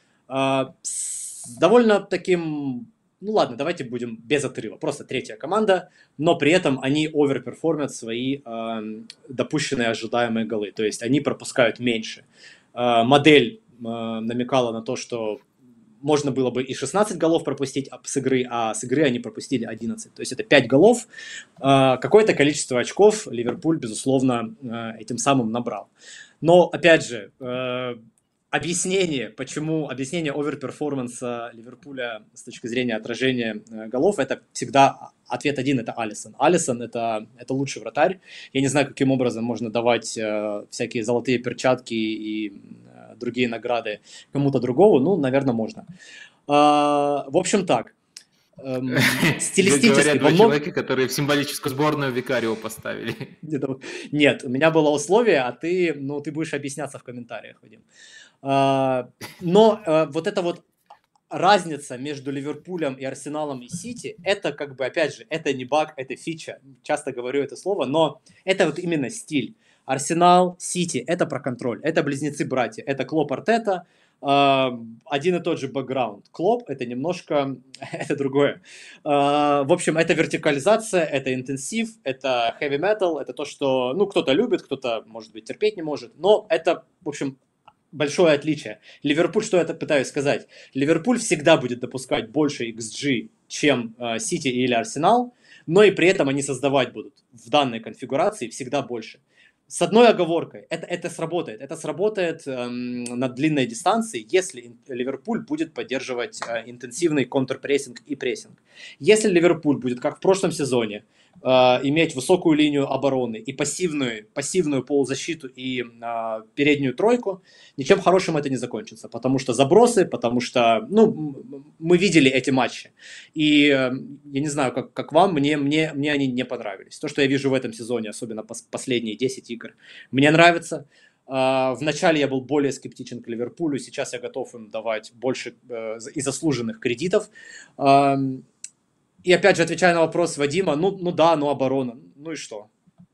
с довольно таким, ладно, давайте будем без отрыва, просто третья команда, но при этом они оверперформят свои допущенные ожидаемые голы, то есть они пропускают меньше. Модель намекала на то, что можно было бы и 16 голов пропустить с игры, а с игры они пропустили 11. То есть это 5 голов. Какое-то количество очков Ливерпуль, безусловно, этим самым набрал. Но, опять же, объяснение оверперформанса Ливерпуля с точки зрения отражения голов, это всегда ответ один, это Алисон. Алисон это лучший вратарь. Я не знаю, каким образом можно давать всякие золотые перчатки и другие награды кому-то другому, наверное, можно. В общем, так. Стилистически. Говорят, два человека, которые в символическую сборную Викарио поставили. Нет, у меня было условие, а ты будешь объясняться в комментариях, Вадим. Но вот эта вот разница между Ливерпулем и Арсеналом и Сити, это как бы, опять же, это не баг, это фича. Часто говорю это слово, но это вот именно стиль. Арсенал, Сити – это про контроль, это близнецы-братья, это Клопп, Артета, один и тот же бэкграунд. Клоп — это немножко, это другое. В общем, это вертикализация, это интенсив, это heavy metal, это то, что, ну, кто-то любит, кто-то, может быть, терпеть не может, но это, в общем, большое отличие. Ливерпуль, что я пытаюсь сказать? Ливерпуль всегда будет допускать больше XG, чем Сити или Арсенал, но и при этом они создавать будут в данной конфигурации всегда больше. С одной оговоркой, это сработает. Это сработает на длинной дистанции, если Ливерпуль будет поддерживать интенсивный контрпрессинг и прессинг. Если Ливерпуль будет, как в прошлом сезоне, иметь высокую линию обороны и пассивную полузащиту и переднюю тройку, ничем хорошим это не закончится, потому что забросы, потому что, ну, мы видели эти матчи, и я не знаю, как вам, мне они не понравились. То, что я вижу в этом сезоне, особенно последние 10 игр, мне нравится. Вначале я был более скептичен к Ливерпулю, сейчас я готов им давать больше и заслуженных кредитов. И опять же, отвечая на вопрос Вадима, ну да, ну оборона, ну и что?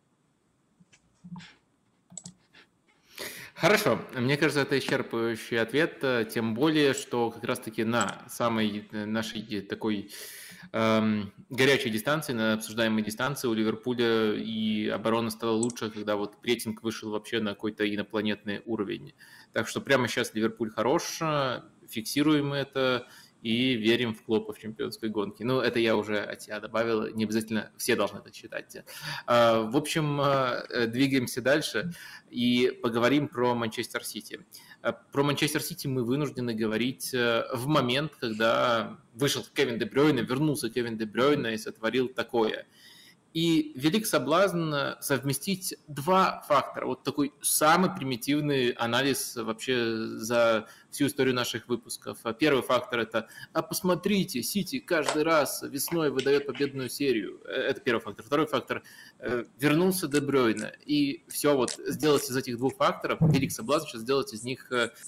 Хорошо, мне кажется, это исчерпывающий ответ, тем более, что как раз-таки на самой нашей такой горячей дистанции, на обсуждаемой дистанции у Ливерпуля и оборона стала лучше, когда вот рейтинг вышел вообще на какой-то инопланетный уровень. Так что прямо сейчас Ливерпуль хорош, фиксируем это и верим в Клопа в чемпионской гонке. Ну, это я уже от себя добавил, не обязательно все должны это считать. В общем, двигаемся дальше и поговорим про Манчестер Сити. Про Манчестер Сити мы вынуждены говорить в момент, когда вышел Кевин Де Брюйне, вернулся Кевин Де Брюйне и сотворил такое. И велик соблазн совместить два фактора. Вот такой самый примитивный анализ вообще за всю историю наших выпусков. Первый фактор – это посмотрите, Сити каждый раз весной выдает победную серию. Это первый фактор. Второй фактор – вернулся Де Брюйне. И все, вот сделать из этих двух факторов, велик соблазн сейчас сделать из них,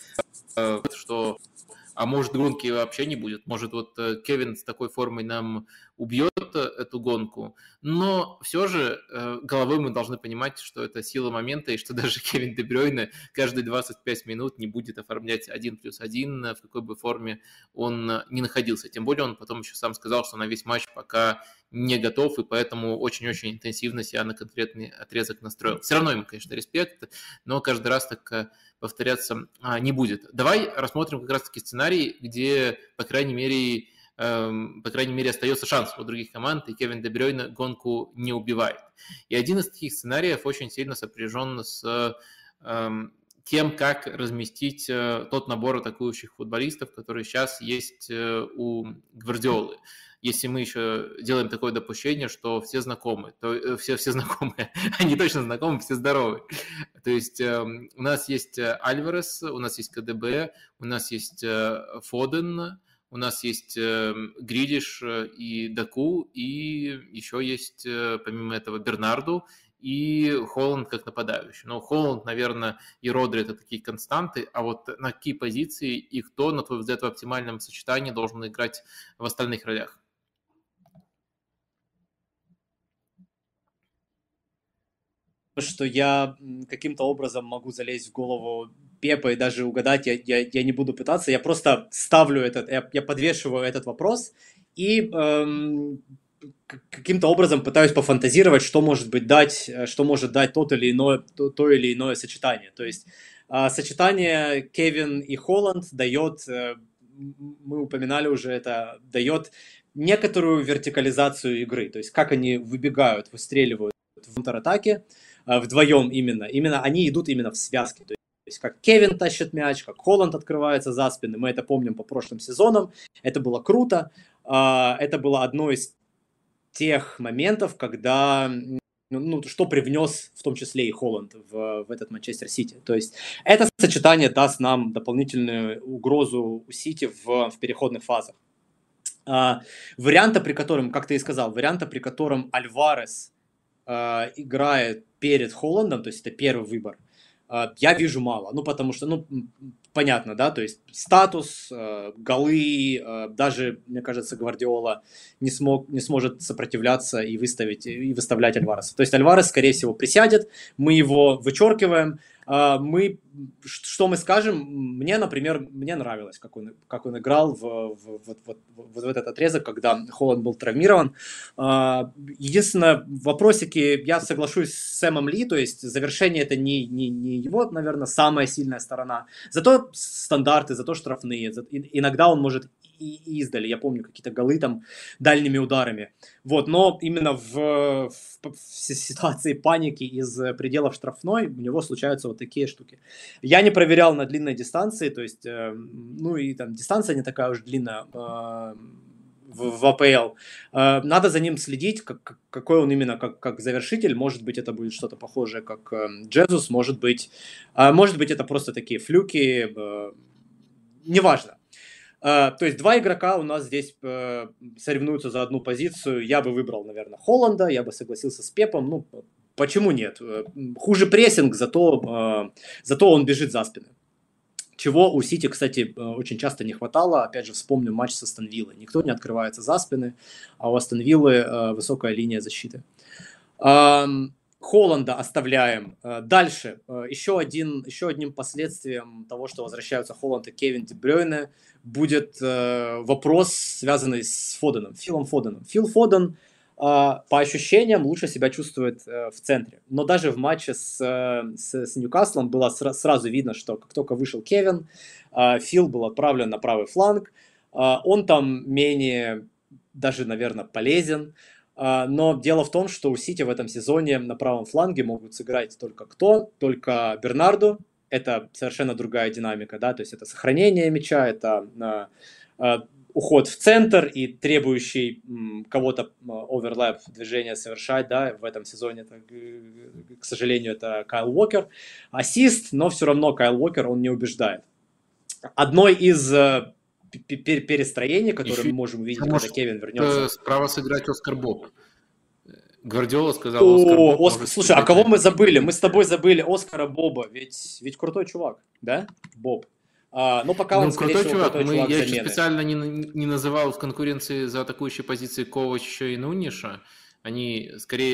что... А может, гонки вообще не будет. Может, вот Кевин с такой формой нам убьет эту гонку. Но все же головой мы должны понимать, что это сила момента, и что даже Кевин Де Брюйне каждые 25 минут не будет оформлять 1+1, в какой бы форме он не находился. Тем более он потом еще сам сказал, что на весь матч пока не готов, и поэтому очень-очень интенсивно себя на конкретный отрезок настроил. Все равно ему, конечно, респект, но каждый раз так повторяться не будет. Давай рассмотрим как раз-таки сценарий, где, по крайней мере, остается шанс у других команд, и Кевин Де Брюйне гонку не убивает. И один из таких сценариев очень сильно сопряжен с тем, как разместить тот набор атакующих футболистов, который сейчас есть у Гвардиолы. Если мы еще делаем такое допущение, что все знакомы, то все знакомые, они точно знакомы, все здоровы. То есть у нас есть Альварес, у нас есть КДБ, у нас есть Фоден, у нас есть Грилиш и Даку, и еще есть, помимо этого, Бернарду и Холланд как нападающий. Но Холланд, наверное, и Родри – это такие константы, а вот на какие позиции и кто, на твой взгляд, в оптимальном сочетании должен играть в остальных ролях? Что я каким-то образом могу залезть в голову Пепа и даже угадать, я не буду пытаться, я просто ставлю я подвешиваю этот вопрос и каким-то образом пытаюсь пофантазировать, что может дать то или иное сочетание. То есть сочетание Кевин и Холланд дает, мы упоминали уже это, дает некоторую вертикализацию игры. То есть как они выбегают, выстреливают в контратаке, вдвоем именно они идут именно в связке. То есть как Кевин тащит мяч, как Холланд открывается за спины. Мы это помним по прошлым сезонам. Это было круто. Это было одно из тех моментов, когда что привнес в том числе и Холланд в этот Манчестер Сити. То есть это сочетание даст нам дополнительную угрозу у Сити в переходных фазах. Варианта, при котором, как ты и сказал, при котором Альварес играет перед Холландом, то есть это первый выбор, я вижу мало. Ну, потому что, понятно, да, то есть статус, голы, даже, мне кажется, Гвардиола не сможет сопротивляться и выставлять Альвареса. То есть Альварес, скорее всего, присядет, мы его вычеркиваем, Что мы скажем? Мне, например, мне нравилось, как он играл в этот отрезок, когда Холланд был травмирован. Единственное, вопросики, я соглашусь с Сэмом Ли, то есть завершение это не его, наверное, самая сильная сторона. Зато стандарты, зато штрафные. Иногда он может и издали. Я помню какие-то голы там дальними ударами. Вот, но именно в ситуации паники из пределов штрафной у него случаются вот такие штуки. Я не проверял на длинной дистанции, то есть, ну и там дистанция не такая уж длинная в АПЛ. Надо за ним следить, какой он именно как завершитель. Может быть, это будет что-то похожее, как Джезус, может быть, это просто такие флюки, неважно. То есть два игрока у нас здесь соревнуются за одну позицию. Я бы выбрал, наверное, Холланда, я бы согласился с Пепом. Ну, почему нет? Хуже прессинг, зато он бежит за спины. Чего у Сити, кстати, очень часто не хватало. Опять же, вспомню матч с Астон Виллой. Никто не открывается за спины, а у Астон Виллы высокая линия защиты. Холланда оставляем. Дальше. Еще одним последствием того, что возвращаются Холланд и Кевин Де Брюйне, будет вопрос, связанный с Фоденом, Филом Фоденом. Фил Фоден, по ощущениям, лучше себя чувствует в центре. Но даже в матче с Ньюкаслом было сразу видно, что как только вышел Кевин, Фил был отправлен на правый фланг. Он там менее, даже, наверное, полезен. Но дело в том, что у Сити в этом сезоне на правом фланге могут сыграть только кто? Только Бернарду. Это совершенно другая динамика, да, то есть это сохранение мяча, это уход в центр и требующий кого-то оверлэп движения совершать, да, в этом сезоне, это, к сожалению, это Кайл Уокер. Ассист, но все равно Кайл Уокер, он не убеждает. Одной из перестроений, которые мы можем увидеть, когда Кевин вернется. Справа сыграть Оскар Боб. Гвардиола сказал Оскар Боб. Слушай, а кого мы забыли? Мы с тобой забыли Оскара Боба, ведь крутой чувак, да, Боб? Но пока он, скорее всего, крутой чувак Я замены. еще специально не называл в конкуренции за атакующие позиции Ковача и Нуниша. Они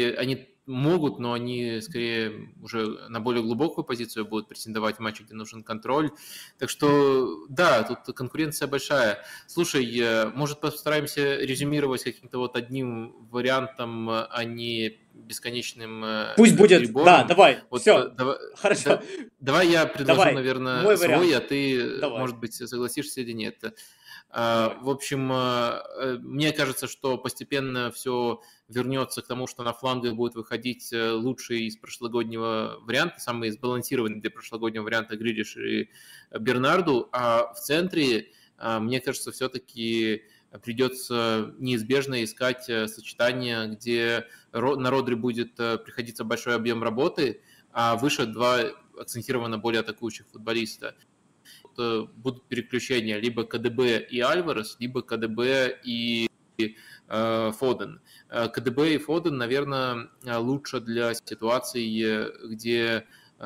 могут, но они скорее уже на более глубокую позицию будут претендовать в матче, где нужен контроль. Так что, да, тут конкуренция большая. Слушай, может, постараемся резюмировать каким-то вот одним вариантом, а не бесконечным Пусть будет, перебором. да, давай, вот, все, хорошо. Давай я предложу, наверное, свой, а ты, давай. Может быть, согласишься или нет. В общем, мне кажется, что постепенно все вернется к тому, что на флангах будет выходить лучший из прошлогоднего варианта, самый сбалансированный для прошлогоднего варианта Грилиш и Бернарду, а в центре, мне кажется, все-таки придется неизбежно искать сочетание, где на Родри будет приходиться большой объем работы, а выше два акцентированно более атакующих футболиста. Будут переключения либо КДБ и Альварес, либо КДБ и Фоден. КДБ и Фоден, наверное, лучше для ситуации, где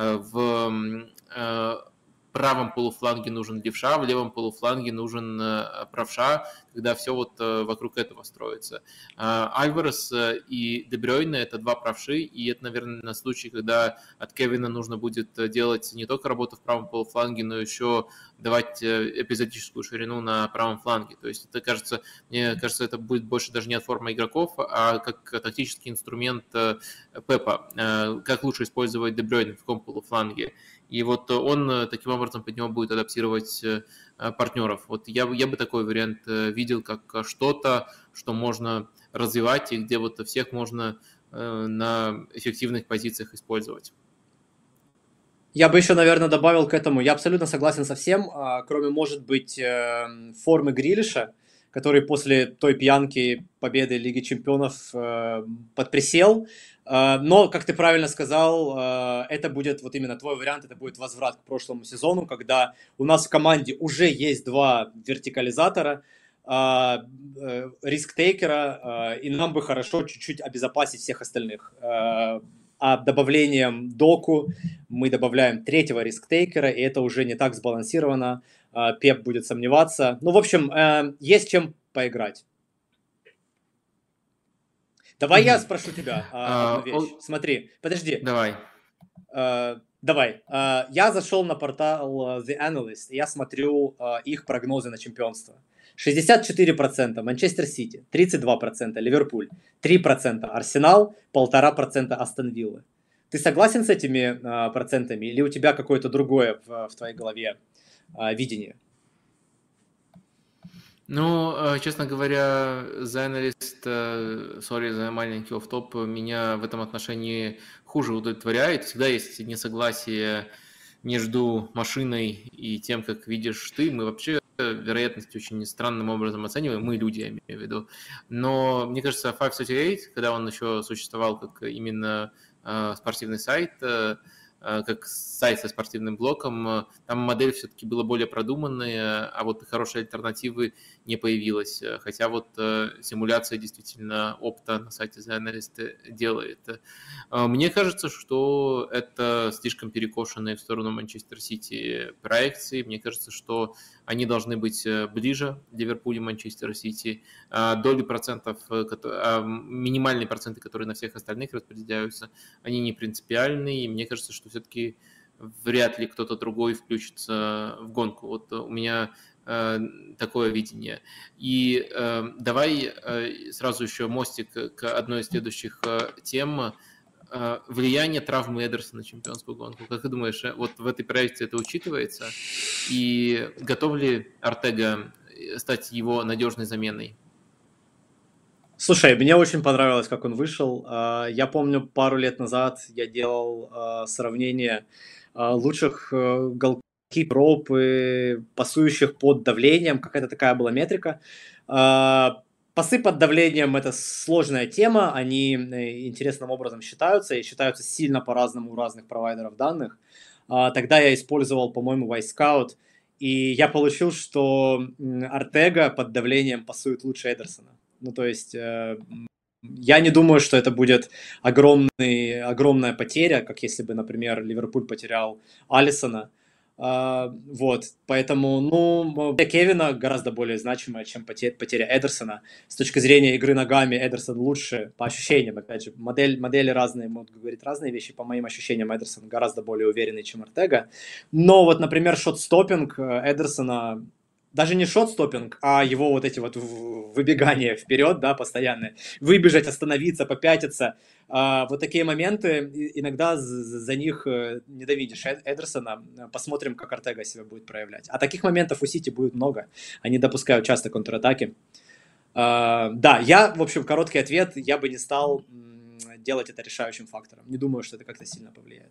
в правом полуфланге нужен левша, в левом полуфланге нужен правша, когда все вот вокруг этого строится. Альварес и Де Брюйне – это два правши, и это, наверное, на случай, когда от Кевина нужно будет делать не только работу в правом полуфланге, но еще давать эпизодическую ширину на правом фланге. То есть это, мне кажется, это будет больше даже не от формы игроков, а как тактический инструмент Пепа, как лучше использовать Де Брюйне в каком полуфланге. И вот он таким образом под него будет адаптировать партнеров. Вот я бы такой вариант видел, как что-то, что можно развивать и где вот всех можно на эффективных позициях использовать. Я бы еще, наверное, добавил к этому, я абсолютно согласен со всем, кроме, может быть, формы Грилиша, который после той пьянки победы Лиги Чемпионов подприсел. Но, как ты правильно сказал, это будет вот именно твой вариант, это будет возврат к прошлому сезону, когда у нас в команде уже есть два вертикализатора, риск-тейкера, и нам бы хорошо чуть-чуть обезопасить всех остальных. А добавлением доку мы добавляем третьего риск-тейкера, и это уже не так сбалансировано. Пеп будет сомневаться. Ну, в общем, есть чем поиграть. Давай я спрошу тебя одну вещь. Смотри, подожди. Давай. Давай. Я зашел на портал The Analyst, и я смотрю их прогнозы на чемпионство. 64% Манчестер Сити, 32% Ливерпуль, 3% Арсенал, 1,5% Астон Виллы. Ты согласен с этими процентами, или у тебя какое-то другое в твоей голове видение? Ну, честно говоря, за аналист, сори за маленький офф-топ, меня в этом отношении хуже удовлетворяет. Всегда есть несогласие между машиной и тем, как видишь ты. Мы вообще вероятность очень странным образом оцениваем, мы люди, я имею в виду. Но мне кажется, 538, когда он еще существовал как именно спортивный сайт, как сайт со спортивным блоком, там модель все-таки была более продуманная, а вот хорошей альтернативы не появилось. Хотя вот симуляция действительно опта на сайте The Analyst делает. Мне кажется, что это слишком перекошенные в сторону Манчестер Сити проекции. Мне кажется, что они должны быть ближе Ливерпулю и Манчестер Сити. Доли процентов, минимальные проценты, которые на всех остальных распределяются, они не принципиальные. И мне кажется, что все-таки вряд ли кто-то другой включится в гонку. Вот у меня такое видение. И давай сразу еще мостик к одной из следующих тем. Влияние травмы Эдерсона на чемпионскую гонку. Как ты думаешь, вот в этой проекции это учитывается? И готов ли Артега стать его надежной заменой? Слушай, мне очень понравилось, как он вышел. Я помню, пару лет назад я делал сравнение лучших голкиперов, пасующих под давлением. Какая-то такая была метрика. Пасы под давлением – это сложная тема. Они интересным образом считаются и считаются сильно по-разному у разных провайдеров данных. Тогда я использовал, по-моему, Wisecout, и я получил, что Артега под давлением пасует лучше Эдерсона. Ну, то есть, я не думаю, что это будет огромная потеря, как если бы, например, Ливерпуль потерял Алисона. Вот, поэтому, ну, потеря Кевина гораздо более значимая, чем потеря Эдерсона. С точки зрения игры ногами Эдерсон лучше, по ощущениям, опять же, модели разные, могут говорить разные вещи, по моим ощущениям Эдерсон гораздо более уверенный, чем Артега. Но вот, например, шот-стоппинг Эдерсона, даже не шот-стоппинг, а его вот эти вот выбегания вперед, да, постоянные, выбежать, остановиться, попятиться, вот такие моменты, иногда за них ненавидишь Эдерсона. Посмотрим, как Артега себя будет проявлять. А таких моментов у Сити будет много. Они допускают часто контратаки. Да, в общем, короткий ответ, я бы не стал делать это решающим фактором. Не думаю, что это как-то сильно повлияет.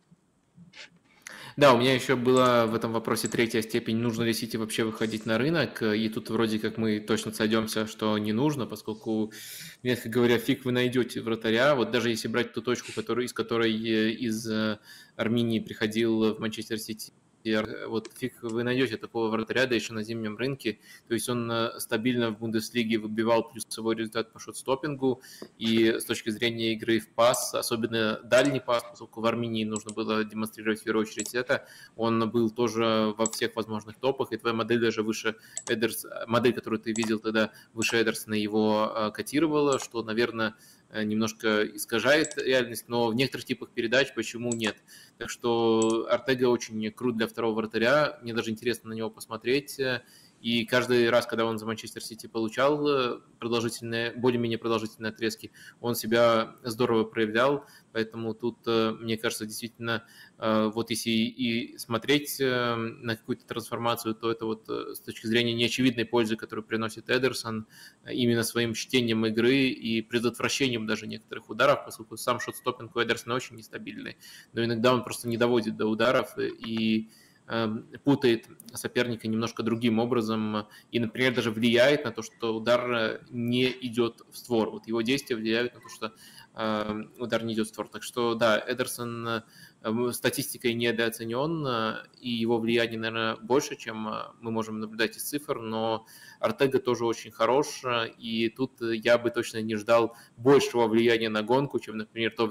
Да, у меня еще была в этом вопросе третья степень, нужно ли Сити вообще выходить на рынок, и тут вроде как мы точно сойдемся, что не нужно, поскольку, мягко говоря, фиг вы найдете вратаря, вот даже если брать ту точку, из которой из Армении приходил в Манчестер Сити, вот фиг вы найдете такого вратаря, да еще на зимнем рынке. То есть он стабильно в Бундеслиге выбивал плюсовой результат по шот-стоппингу, и с точки зрения игры в пас, особенно дальний пас, поскольку в Армении нужно было демонстрировать в первую очередь это, он был тоже во всех возможных топах, и твоя модель даже выше модель, которую ты видел тогда, выше Эдерсона его котировала, что, наверное, немножко искажает реальность, но в некоторых типах передач почему нет. Так что Артега очень крут для второго вратаря, мне даже интересно на него посмотреть. И каждый раз, когда он за Манчестер Сити получал более-менее продолжительные отрезки, он себя здорово проявлял. Поэтому тут, мне кажется, действительно, вот если и смотреть на какую-то трансформацию, то это вот с точки зрения неочевидной пользы, которую приносит Эдерсон, именно своим чтением игры и предотвращением даже некоторых ударов, поскольку сам шот-стоппинг у Эдерсона очень нестабильный. Но иногда он просто не доводит до ударов и путает соперника немножко другим образом и, например, даже влияет на то, что удар не идет в створ. Вот его действия влияют на то, что удар не идет в створ. Так что, да, Эдерсон статистикой недооценен, и его влияние, наверное, больше, чем мы можем наблюдать из цифр, но Артега тоже очень хорош, и тут я бы точно не ждал большего влияния на гонку, чем, например, то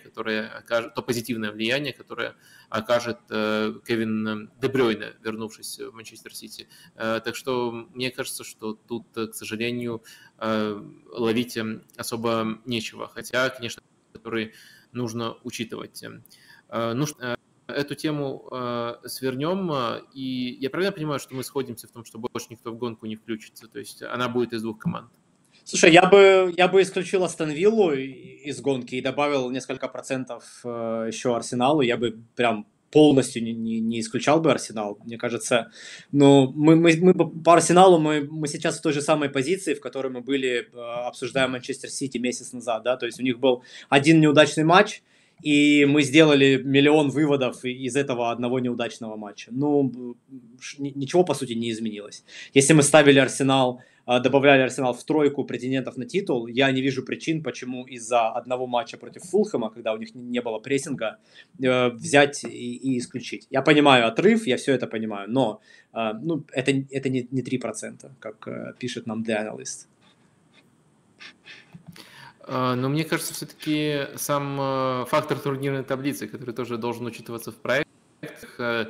позитивное влияние, которое окажет Кевин Де Брюйне, вернувшись в Манчестер Сити. Так что мне кажется, что тут, к сожалению, ловить особо нечего. Хотя, конечно, которые нужно учитывать. Ну, эту тему свернем, и я правильно понимаю, что мы сходимся в том, что больше никто в гонку не включится, то есть она будет из двух команд? Слушай, я бы исключил Астон Виллу из гонки и добавил несколько процентов еще Арсеналу. Я бы прям полностью не исключал бы Арсенал. Мне кажется, ну, мы по Арсеналу мы сейчас в той же самой позиции, в которой мы были, обсуждая Манчестер Сити месяц назад, да, то есть у них был один неудачный матч, и мы сделали миллион выводов из этого одного неудачного матча. Ну, ничего, по сути, не изменилось. Если мы ставили Арсенал, добавляли Арсенал в тройку претендентов на титул, я не вижу причин, почему из-за одного матча против Фулхэма, когда у них не было прессинга, взять и исключить. Я понимаю отрыв, я все это понимаю, но ну, это не 3%, как пишет нам The Analyst. Но мне кажется, все-таки сам фактор турнирной таблицы, который тоже должен учитываться в проектах,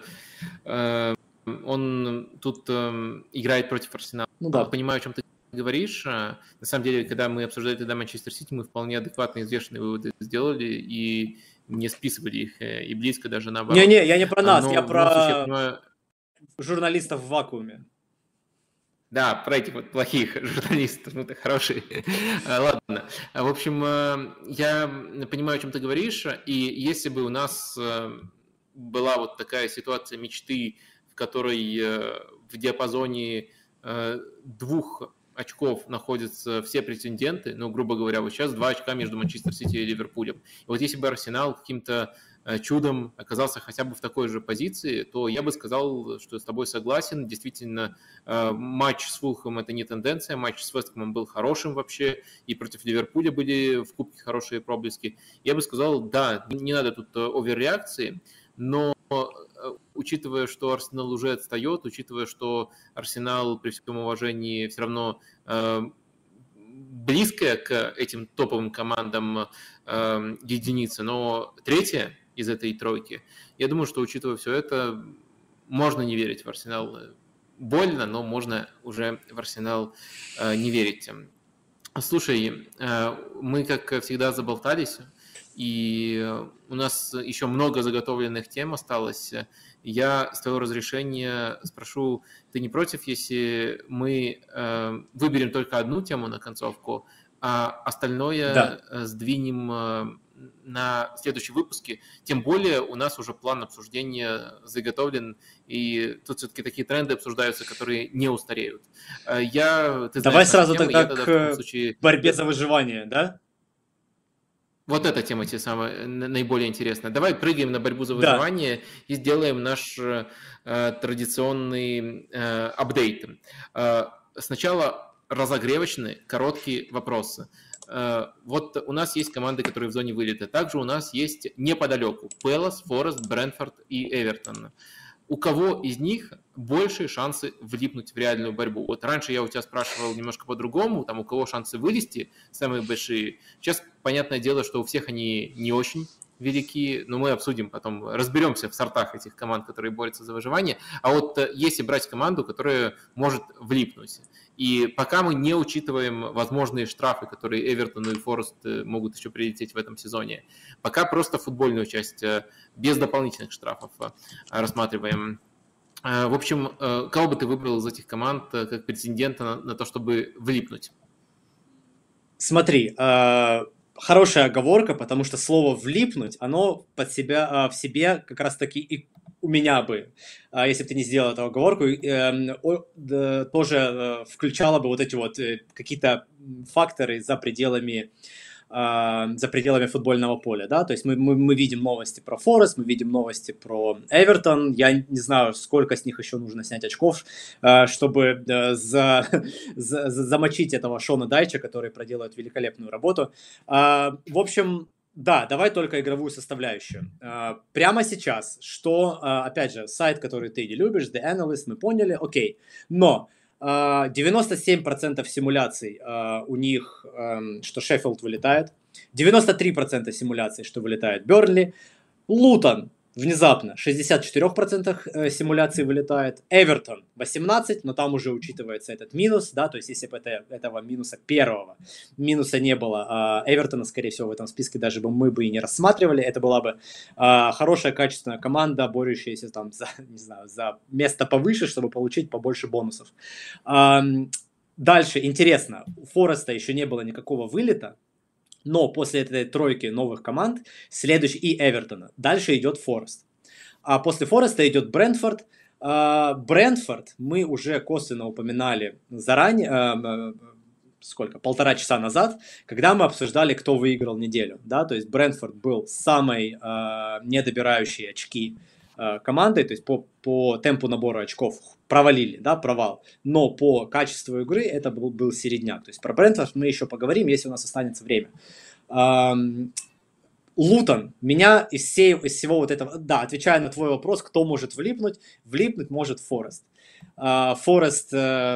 он тут играет против Арсенала. Ну да. Понимаю, о чем ты говоришь. На самом деле, когда мы обсуждали тогда Манчестер Сити, мы вполне адекватные, взвешенные выводы сделали и не списывали их, и близко даже наоборот. Не-не, я не про нас, я про я понимаю... журналистов в вакууме. Да, про этих вот плохих журналистов, ну ты хороший. Ладно. В общем, я понимаю, о чем ты говоришь, и если бы у нас была вот такая ситуация мечты, в которой в диапазоне 2 очков находятся все претенденты, ну, грубо говоря, вот сейчас 2 очка между Манчестер Сити и Ливерпулем. И вот если бы Арсенал каким-то чудом оказался хотя бы в такой же позиции, то я бы сказал, что с тобой согласен. Действительно, матч с Фулхэмом – это не тенденция, матч с Вестхэмом был хорошим вообще, и против Ливерпуля были в кубке хорошие проблески. Я бы сказал, да, не надо тут оверреакции, но учитывая, что Арсенал уже отстает, учитывая, что Арсенал при всем уважении все равно близкая к этим топовым командам единица, но третья из этой тройки, я думаю, что, учитывая все это, можно не верить в Арсенал. Больно, но можно уже в Арсенал не верить. Слушай, мы, как всегда, заболтались, и у нас еще много заготовленных тем осталось. Я, с твоего разрешения, спрошу, ты не против, если мы выберем только одну тему на концовку, а остальное сдвинем на следующие выпуски? Тем более у нас уже план обсуждения заготовлен, и тут все-таки такие тренды обсуждаются, которые не устареют. Давай сразу тогда к борьбе за выживание, да? Вот эта тема тебе самая наиболее интересная. Давай прыгаем на борьбу за выживание и сделаем наш традиционный апдейт. Сначала разогревочные, короткие вопросы. Вот у нас есть команды, которые в зоне вылета. Также у нас есть неподалеку Пэлас, Форест, Брентфорд и Эвертон. У кого из них большие шансы влипнуть в реальную борьбу? Вот раньше я у тебя спрашивал немножко по-другому, там у кого шансы вылезти самые большие. Сейчас понятное дело, что у всех они не очень велики, но мы обсудим потом, разберемся в сортах этих команд, которые борются за выживание. А вот если брать команду, которая может влипнуть, и пока мы не учитываем возможные штрафы, которые Эвертону и Форест могут еще прилететь в этом сезоне, пока просто футбольную часть без дополнительных штрафов рассматриваем. В общем, кого бы ты выбрал из этих команд как претендента на то, чтобы влипнуть? Смотри, хорошая оговорка, потому что слово «влипнуть», оно в себе как раз-таки и у меня бы, если бы ты не сделал эту оговорку, тоже включало бы вот эти вот какие-то факторы за пределами футбольного поля, да, то есть мы видим новости про Форест, мы видим новости про Эвертон, я не знаю, сколько с них еще нужно снять очков, чтобы замочить этого Шона Дайча, который проделает великолепную работу. В общем, да, давай только игровую составляющую. Прямо сейчас, что, опять же, сайт, который ты не любишь, The Analyst, мы поняли, окей, но 97% симуляций у них, что Шеффилд вылетает, 93% симуляций, что вылетает Бернли, Лутон внезапно 64% симуляции вылетает, Эвертон 18%, но там уже учитывается этот минус, да, то есть если бы этого минуса первого минуса не было, Эвертона, скорее всего, в этом списке даже мы бы и не рассматривали, это была бы хорошая, качественная команда, борющаяся там за, не знаю, за место повыше, чтобы получить побольше бонусов. Дальше, интересно, у Фореста еще не было никакого вылета, но после этой тройки новых команд, следующий и Эвертона, дальше идет Форест. А после Фореста идет Брентфорд. Брентфорд мы уже косвенно упоминали заранее, полтора часа назад, когда мы обсуждали, кто выиграл неделю. Да? То есть Брентфорд был самой недобирающей очки командой, то есть по темпу набора очков провалили, да, провал. Но по качеству игры это был середняк. То есть про Брентфорд мы еще поговорим, если у нас останется время. Лутон, меня из всего вот этого, да, отвечая на твой вопрос, кто может влипнуть может Форест. Форест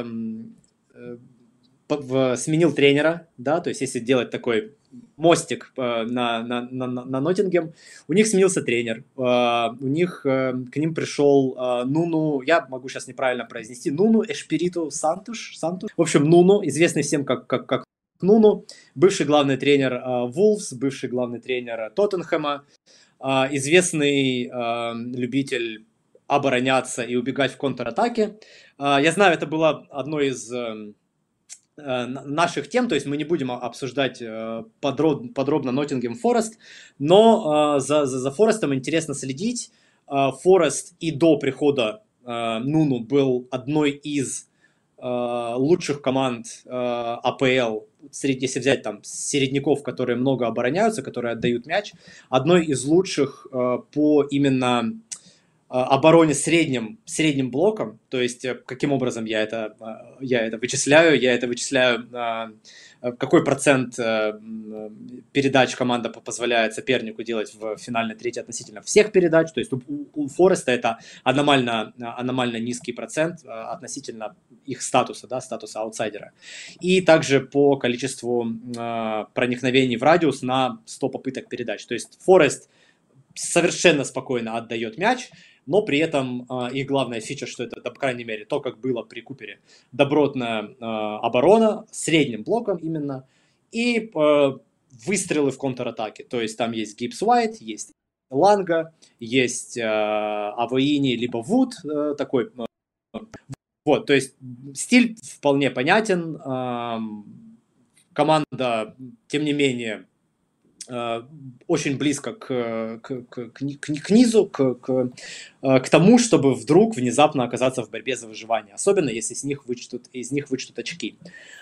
сменил тренера, да, то есть если делать такой мостик на Ноттингем, у них сменился тренер, у них к ним пришел Нуну, я могу сейчас неправильно произнести, Нуну Эшпириту Сантуш, в общем, Нуну, известный всем как Нуну, бывший главный тренер Вулфс, бывший главный тренер Тоттенхэма, известный любитель обороняться и убегать в контратаке. Я знаю, это было одной из наших тем, то есть мы не будем обсуждать подробно Ноттингем Форест, но за Форестом интересно следить. Форест и до прихода Нуну был одной из лучших команд АПЛ, если взять там середняков, которые много обороняются, которые отдают мяч, одной из лучших по именно обороне средним блоком, то есть каким образом я это вычисляю, какой процент передач команда позволяет сопернику делать в финальной трети относительно всех передач, то есть у Фореста это аномально низкий процент относительно их статуса, да, статуса аутсайдера. И также по количеству проникновений в радиус на 100 попыток передач, то есть Форест совершенно спокойно отдает мяч, но при этом их главная фича, что это, по крайней мере, то, как было при Купере, добротная оборона, средним блоком именно, и выстрелы в контратаке. То есть там есть Гибс Уайт, есть Ланга, есть Авоини, либо Вуд такой. Вот, то есть стиль вполне понятен. Команда, тем не менее, очень близко к низу, к тому, чтобы вдруг внезапно оказаться в борьбе за выживание, особенно если из них вычтут очки.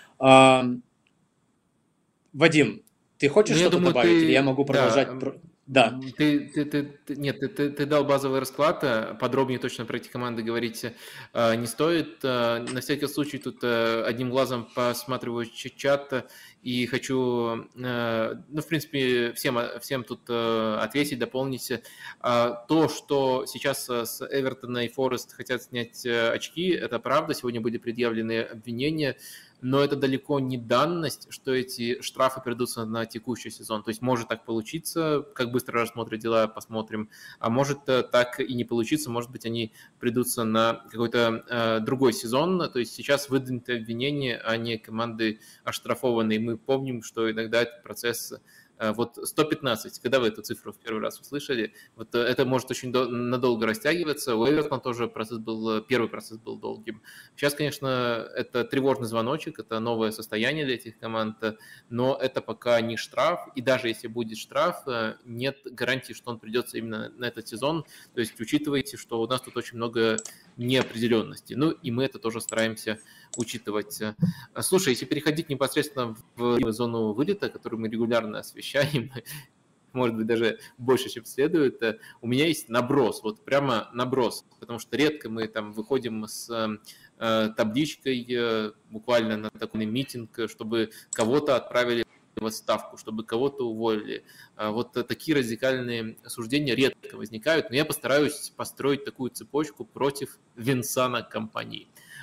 Вадим, ты хочешь что-то добавить, или я могу продолжать? Да. Ты дал базовый расклад, подробнее точно про эти команды говорить не стоит. На всякий случай тут одним глазом посматриваю чат и хочу, в принципе, всем тут ответить, дополнить. То, что сейчас с Эвертона и Форест хотят снять очки, это правда, сегодня были предъявлены обвинения, но это далеко не данность, что эти штрафы придутся на текущий сезон. То есть может так получиться, как быстро рассмотрят дела, посмотрим. А может так и не получиться, может быть, они придутся на какой-то другой сезон. То есть сейчас выдвинуты обвинения, а не команды оштрафованные. Мы помним, что иногда этот процесс... Вот 115, когда вы эту цифру в первый раз услышали, вот это может очень надолго растягиваться. У Эвертона тоже первый процесс был долгим. Сейчас, конечно, это тревожный звоночек, это новое состояние для этих команд, но это пока не штраф, и даже если будет штраф, нет гарантии, что он придется именно на этот сезон. То есть учитывайте, что у нас тут очень много неопределенности. Ну и мы это тоже стараемся учитывать. Слушай, если переходить непосредственно в зону вылета, которую мы регулярно освещаем, может быть, даже больше, чем следует, у меня есть наброс, вот прямо наброс, потому что редко мы там выходим с табличкой буквально на такой митинг, чтобы кого-то отправили в отставку, чтобы кого-то уволили. Вот такие радикальные суждения редко возникают, но я постараюсь построить такую цепочку против Винсана компании.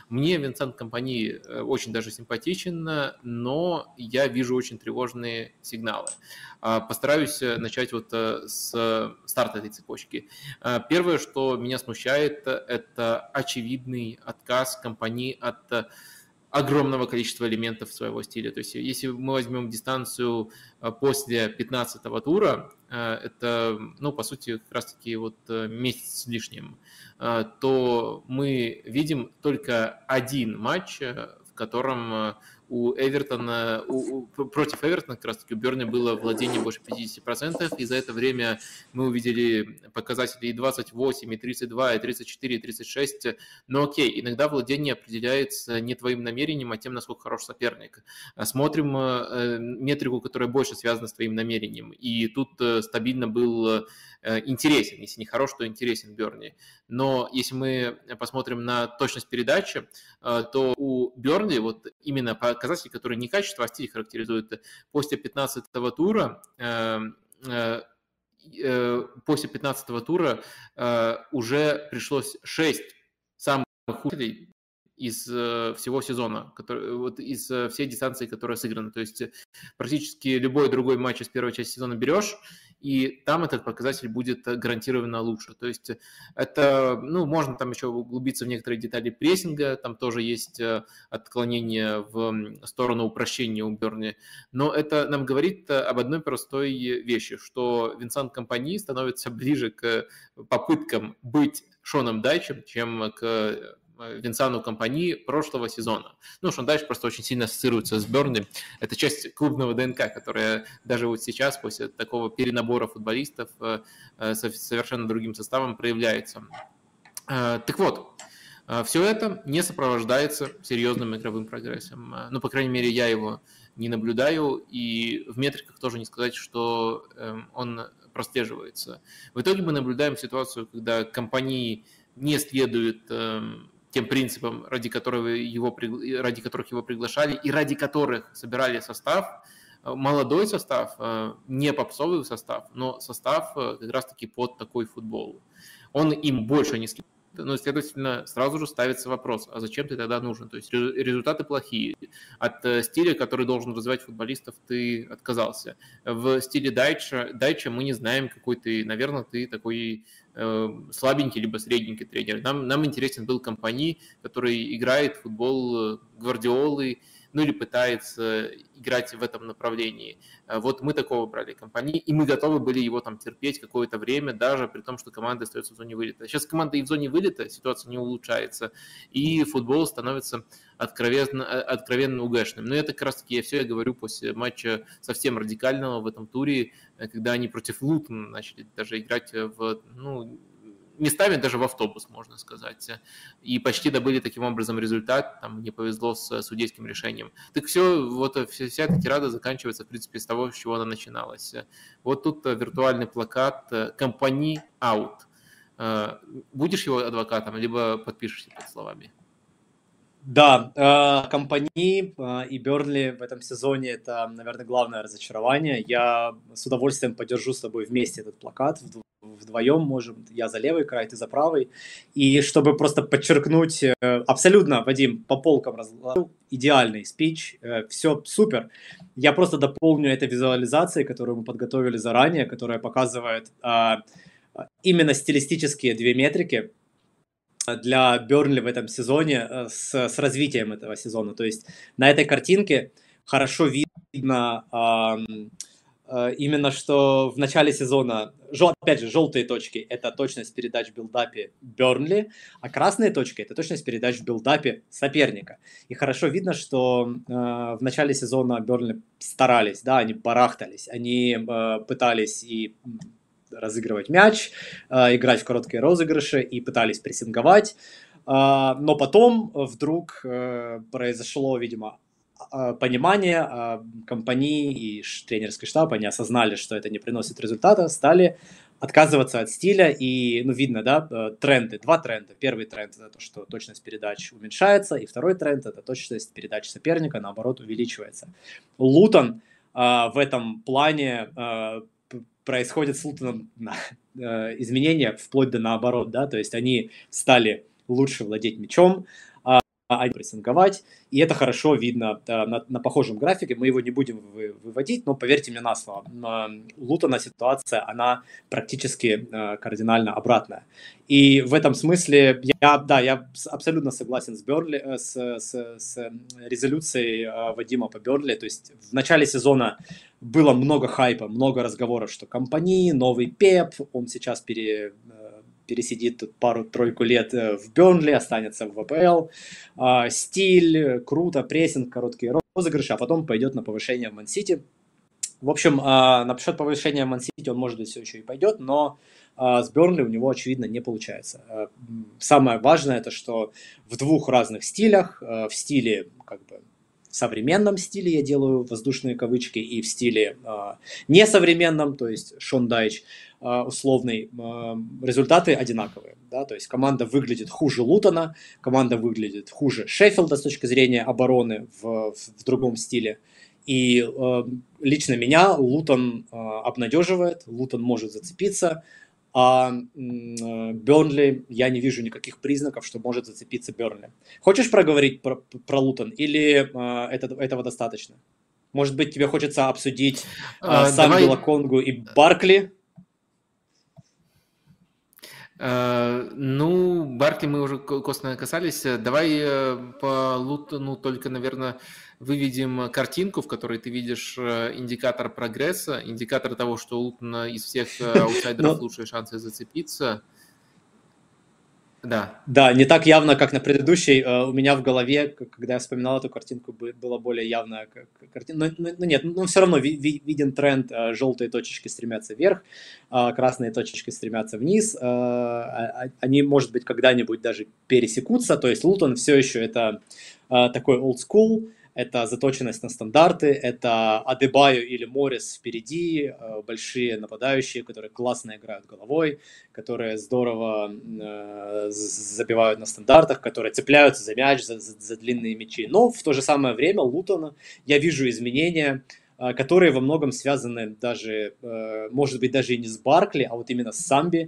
Мне Винсент Компани очень даже симпатичен, но я вижу очень тревожные сигналы. Постараюсь начать вот с старта этой цепочки. Первое, что меня смущает, это очевидный отказ Компани от огромного количества элементов своего стиля. То есть если мы возьмем дистанцию после 15-го тура, это, ну, по сути, как раз-таки вот месяц с лишним, то мы видим только один матч, в котором у Эвертона, против Эвертона как раз-таки у Бернли было владение больше 50%, и за это время мы увидели показатели и 28, и 32, и 34, и 36, но окей, иногда владение определяется не твоим намерением, а тем, насколько хорош соперник. Смотрим метрику, которая больше связана с твоим намерением, и тут стабильно был интересен, если не хорош, то интересен Бернли. Но если мы посмотрим на точность передачи, то у Бернли вот именно показатели, которые не качество, а стиль характеризуют, после 15-го тура уже пришлось 6 самых худших из всего сезона, вот из всей дистанции, которая сыграна. То есть практически любой другой матч из первой части сезона берешь, и там этот показатель будет гарантированно лучше. То есть это, ну, можно там еще углубиться в некоторые детали прессинга, там тоже есть отклонение в сторону упрощения у Бернли, но это нам говорит об одной простой вещи, что Винсент Компани становится ближе к попыткам быть Шоном Дайчем, чем к Винсану Компани прошлого сезона. Ну, Шон Дайч просто очень сильно ассоциируется с Бернли. Это часть клубного ДНК, которая даже вот сейчас, после такого перенабора футболистов, с совершенно другим составом проявляется. Так вот, все это не сопровождается серьезным игровым прогрессом. Ну, по крайней мере, я его не наблюдаю, и в метриках тоже не сказать, что он прослеживается. В итоге мы наблюдаем ситуацию, когда компании не следуют тем принципам, ради которых его приглашали и ради которых собирали состав, молодой состав, не попсовый состав, но состав как раз-таки под такой футбол. Он им больше не следует, но, следовательно, сразу же ставится вопрос, а зачем ты тогда нужен? То есть результаты плохие. От стиля, который должен развивать футболистов, ты отказался. В стиле Дайча мы не знаем, какой ты, наверное, ты такой слабенький либо средненький тренер. Нам интересен был Компани, который играет в футбол Гвардиолы, ну или пытается играть в этом направлении. Вот мы такого брали Компани, и мы готовы были его там терпеть какое-то время, даже при том, что команда остается в зоне вылета. Сейчас команда и в зоне вылета, ситуация не улучшается, и футбол становится откровенно угэшным. Но это как раз-таки я говорю после матча совсем радикального в этом туре, когда они против Лутона начали даже играть местами даже в автобус, можно сказать, и почти добыли таким образом результат, там не повезло с судейским решением. Так все, вот вся эта тирада заканчивается, в принципе, с того, с чего она начиналась. Вот тут виртуальный плакат «Компани аут». Будешь его адвокатом, либо подпишешься под словами? Да, Компани и Бернли в этом сезоне – это, наверное, главное разочарование. Я с удовольствием поддержу с тобой вместе этот плакат, вдвоем можем, я за левый край, ты за правый. И чтобы просто подчеркнуть, абсолютно, Вадим, по полкам разложил, идеальный спич, все супер. Я просто дополню это визуализацией, которую мы подготовили заранее, которая показывает именно стилистические две метрики для Бернли в этом сезоне с развитием этого сезона. То есть на этой картинке хорошо видно именно, что в начале сезона, опять же, желтые точки – это точность передач в билдапе Бернли, а красные точки – это точность передач в билдапе соперника. И хорошо видно, что в начале сезона Бернли старались, да, они барахтались, они пытались и разыгрывать мяч, играть в короткие розыгрыши и пытались прессинговать. Но потом вдруг произошло, видимо, понимание Компани и тренерский штаб, они осознали, что это не приносит результата, стали отказываться от стиля, и, ну, видно, да, тренды, два тренда. Первый тренд – это то, что точность передач уменьшается, и второй тренд – это точность передач соперника, наоборот, увеличивается. Лутон в этом плане происходит с Лутоном изменения вплоть до наоборот, да, то есть они стали лучше владеть мячом, прессинговать, и это хорошо видно на похожем графике. Мы его не будем выводить, но поверьте мне на слово, у Лутона ситуация, она практически кардинально обратная. И в этом смысле я абсолютно согласен с Бернли, с резолюцией Вадима по Бернли. То есть в начале сезона было много хайпа, много разговоров, что компании, новый Пеп, он сейчас пересидит тут пару-тройку лет в Бернли, останется в ВПЛ. Стиль, круто, прессинг, короткие розыгрыши, а потом пойдет на повышение в Ман-Сити. В общем, насчет повышения в Ман-Сити он, может быть, все еще и пойдет, но с Бернли у него, очевидно, не получается. Самое важное, это что в двух разных стилях, в стиле как бы в современном стиле, я делаю воздушные кавычки, и в стиле несовременном, то есть Шон Дайч, условный, результаты одинаковые. Да? То есть команда выглядит хуже Лутона, команда выглядит хуже Шеффилда с точки зрения обороны в другом стиле. И лично меня Лутон обнадеживает, Лутон может зацепиться, а Бернли, я не вижу никаких признаков, что может зацепиться Бернли. Хочешь проговорить про Лутон или этого достаточно? Может быть, тебе хочется обсудить Самби Локонгу и Баркли? Ну, Баркли мы уже косвенно касались. Давай по Лутону только, наверное, выведем картинку, в которой ты видишь индикатор прогресса, индикатор того, что у Лутона из всех аутсайдеров лучшие шансы зацепиться. Да, не так явно, как на предыдущей. У меня в голове, когда я вспоминал эту картинку, было более явно картинка. Но нет, но все равно виден тренд. Желтые точечки стремятся вверх, красные точечки стремятся вниз. Они, может быть, когда-нибудь даже пересекутся. То есть Лутон все еще это такой old school. Это заточенность на стандарты, это Адебайо или Моррис впереди, большие нападающие, которые классно играют головой, которые здорово забивают на стандартах, которые цепляются за мяч, за длинные мячи. Но в то же самое время Лутона я вижу изменения, которые во многом связаны даже, может быть, даже и не с Баркли, а вот именно с Самби,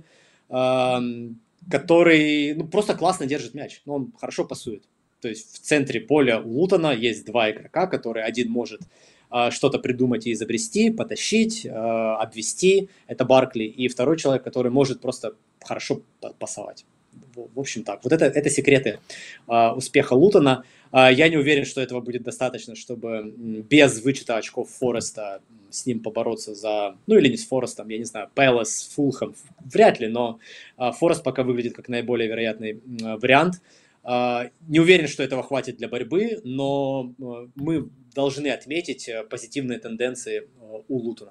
который просто классно держит мяч, но он хорошо пасует. То есть в центре поля у Лутона есть два игрока, которые один может что-то придумать и изобрести, потащить, обвести, это Баркли, и второй человек, который может просто хорошо пасовать. В общем так, вот это секреты успеха Лутона. Я не уверен, что этого будет достаточно, чтобы без вычета очков Фореста с ним побороться за... Ну или не с Форестом, я не знаю, Пэлас, Фулхэм, вряд ли, но Форест пока выглядит как наиболее вероятный вариант. Не уверен, что этого хватит для борьбы, но мы должны отметить позитивные тенденции у Лутона.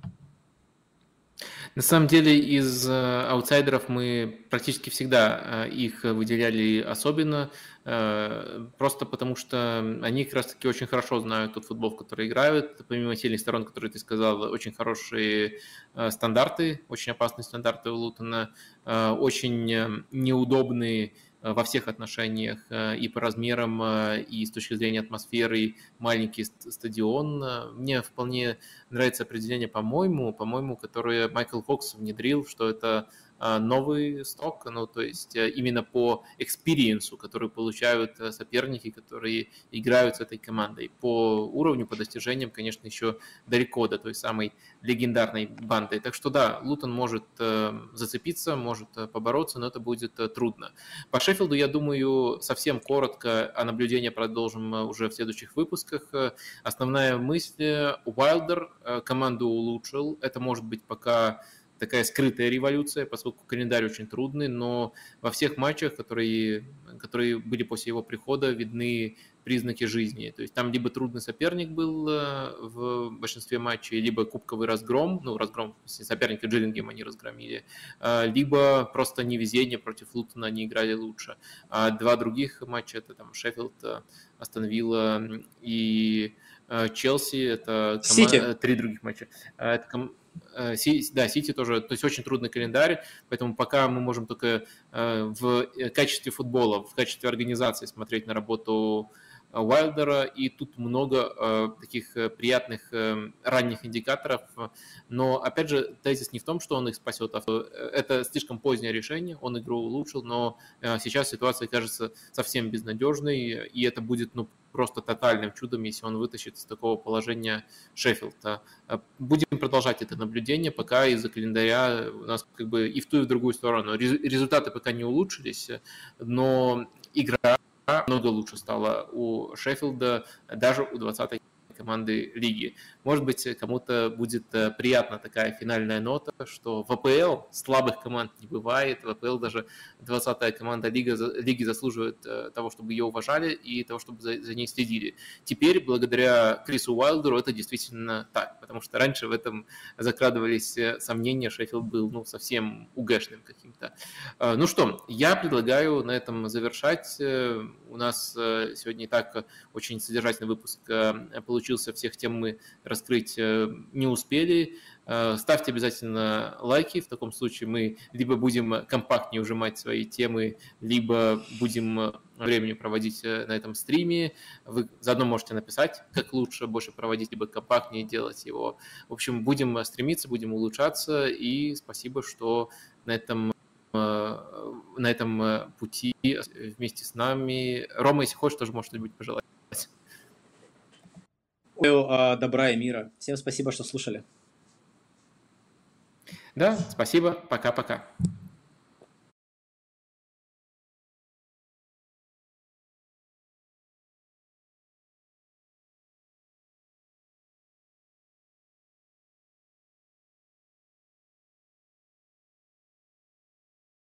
На самом деле из аутсайдеров мы практически всегда их выделяли особенно, просто потому что они как раз-таки очень хорошо знают тот футбол, в который играют. Помимо сильных сторон, которые ты сказал, очень хорошие стандарты, очень опасные стандарты у Лутона, очень неудобные во всех отношениях, и по размерам, и с точки зрения атмосферы, маленький стадион. Мне вполне нравится определение, по-моему, которое Майкл Фокс внедрил, что это новый сток, ну, то есть именно по экспириенсу, который получают соперники, которые играют с этой командой. По уровню, по достижениям, конечно, еще далеко до той самой легендарной банды. Так что да, Лутон может зацепиться, может побороться, но это будет трудно. По Шеффилду, я думаю, совсем коротко, а наблюдение продолжим уже в следующих выпусках. Основная мысль: Уайлдер команду улучшил. Это может быть пока такая скрытая революция, поскольку календарь очень трудный, но во всех матчах, которые были после его прихода, видны признаки жизни. То есть там либо трудный соперник был в большинстве матчей, либо кубковый разгром, соперника Джиллингема они разгромили, либо просто невезение, против Лутона они играли лучше. А два других матча, это там Шеффилд, Астон Вилла и Челси, это три других матча. Сити тоже, то есть очень трудный календарь, поэтому пока мы можем только в качестве футбола, в качестве организации смотреть на работу Уайлдера, и тут много таких приятных ранних индикаторов, но, опять же, тезис не в том, что он их спасет, а это слишком позднее решение, он игру улучшил, но сейчас ситуация кажется совсем безнадежной, и это будет, ну, просто тотальным чудом, если он вытащит из такого положения Шеффилда. Будем продолжать это наблюдение, пока из-за календаря у нас как бы и в ту, и в другую сторону. Результаты пока не улучшились, но игра много лучше стала у Шеффилда, даже у 20-й команды лиги. Может быть, кому-то будет приятна такая финальная нота, что в АПЛ слабых команд не бывает, в АПЛ даже 20-я команда лиги заслуживает того, чтобы ее уважали и того, чтобы за ней следили. Теперь, благодаря Крису Уайлдеру, это действительно так, потому что раньше в этом закрадывались сомнения, Шеффилд был, ну, совсем УГшным каким-то. Ну что, я предлагаю на этом завершать. У нас сегодня и так очень содержательный выпуск получился, всех тем мы раскрыть не успели. Ставьте обязательно лайки, в таком случае мы либо будем компактнее ужимать свои темы, либо будем времени проводить на этом стриме. Вы заодно можете написать, как лучше больше проводить, либо компактнее делать его. В общем, будем стремиться, будем улучшаться, и спасибо, что на этом пути вместе с нами. Рома, если хочешь, тоже можешь что-нибудь пожелать. Добра и мира. Всем спасибо, что слушали. Да, спасибо. Пока-пока.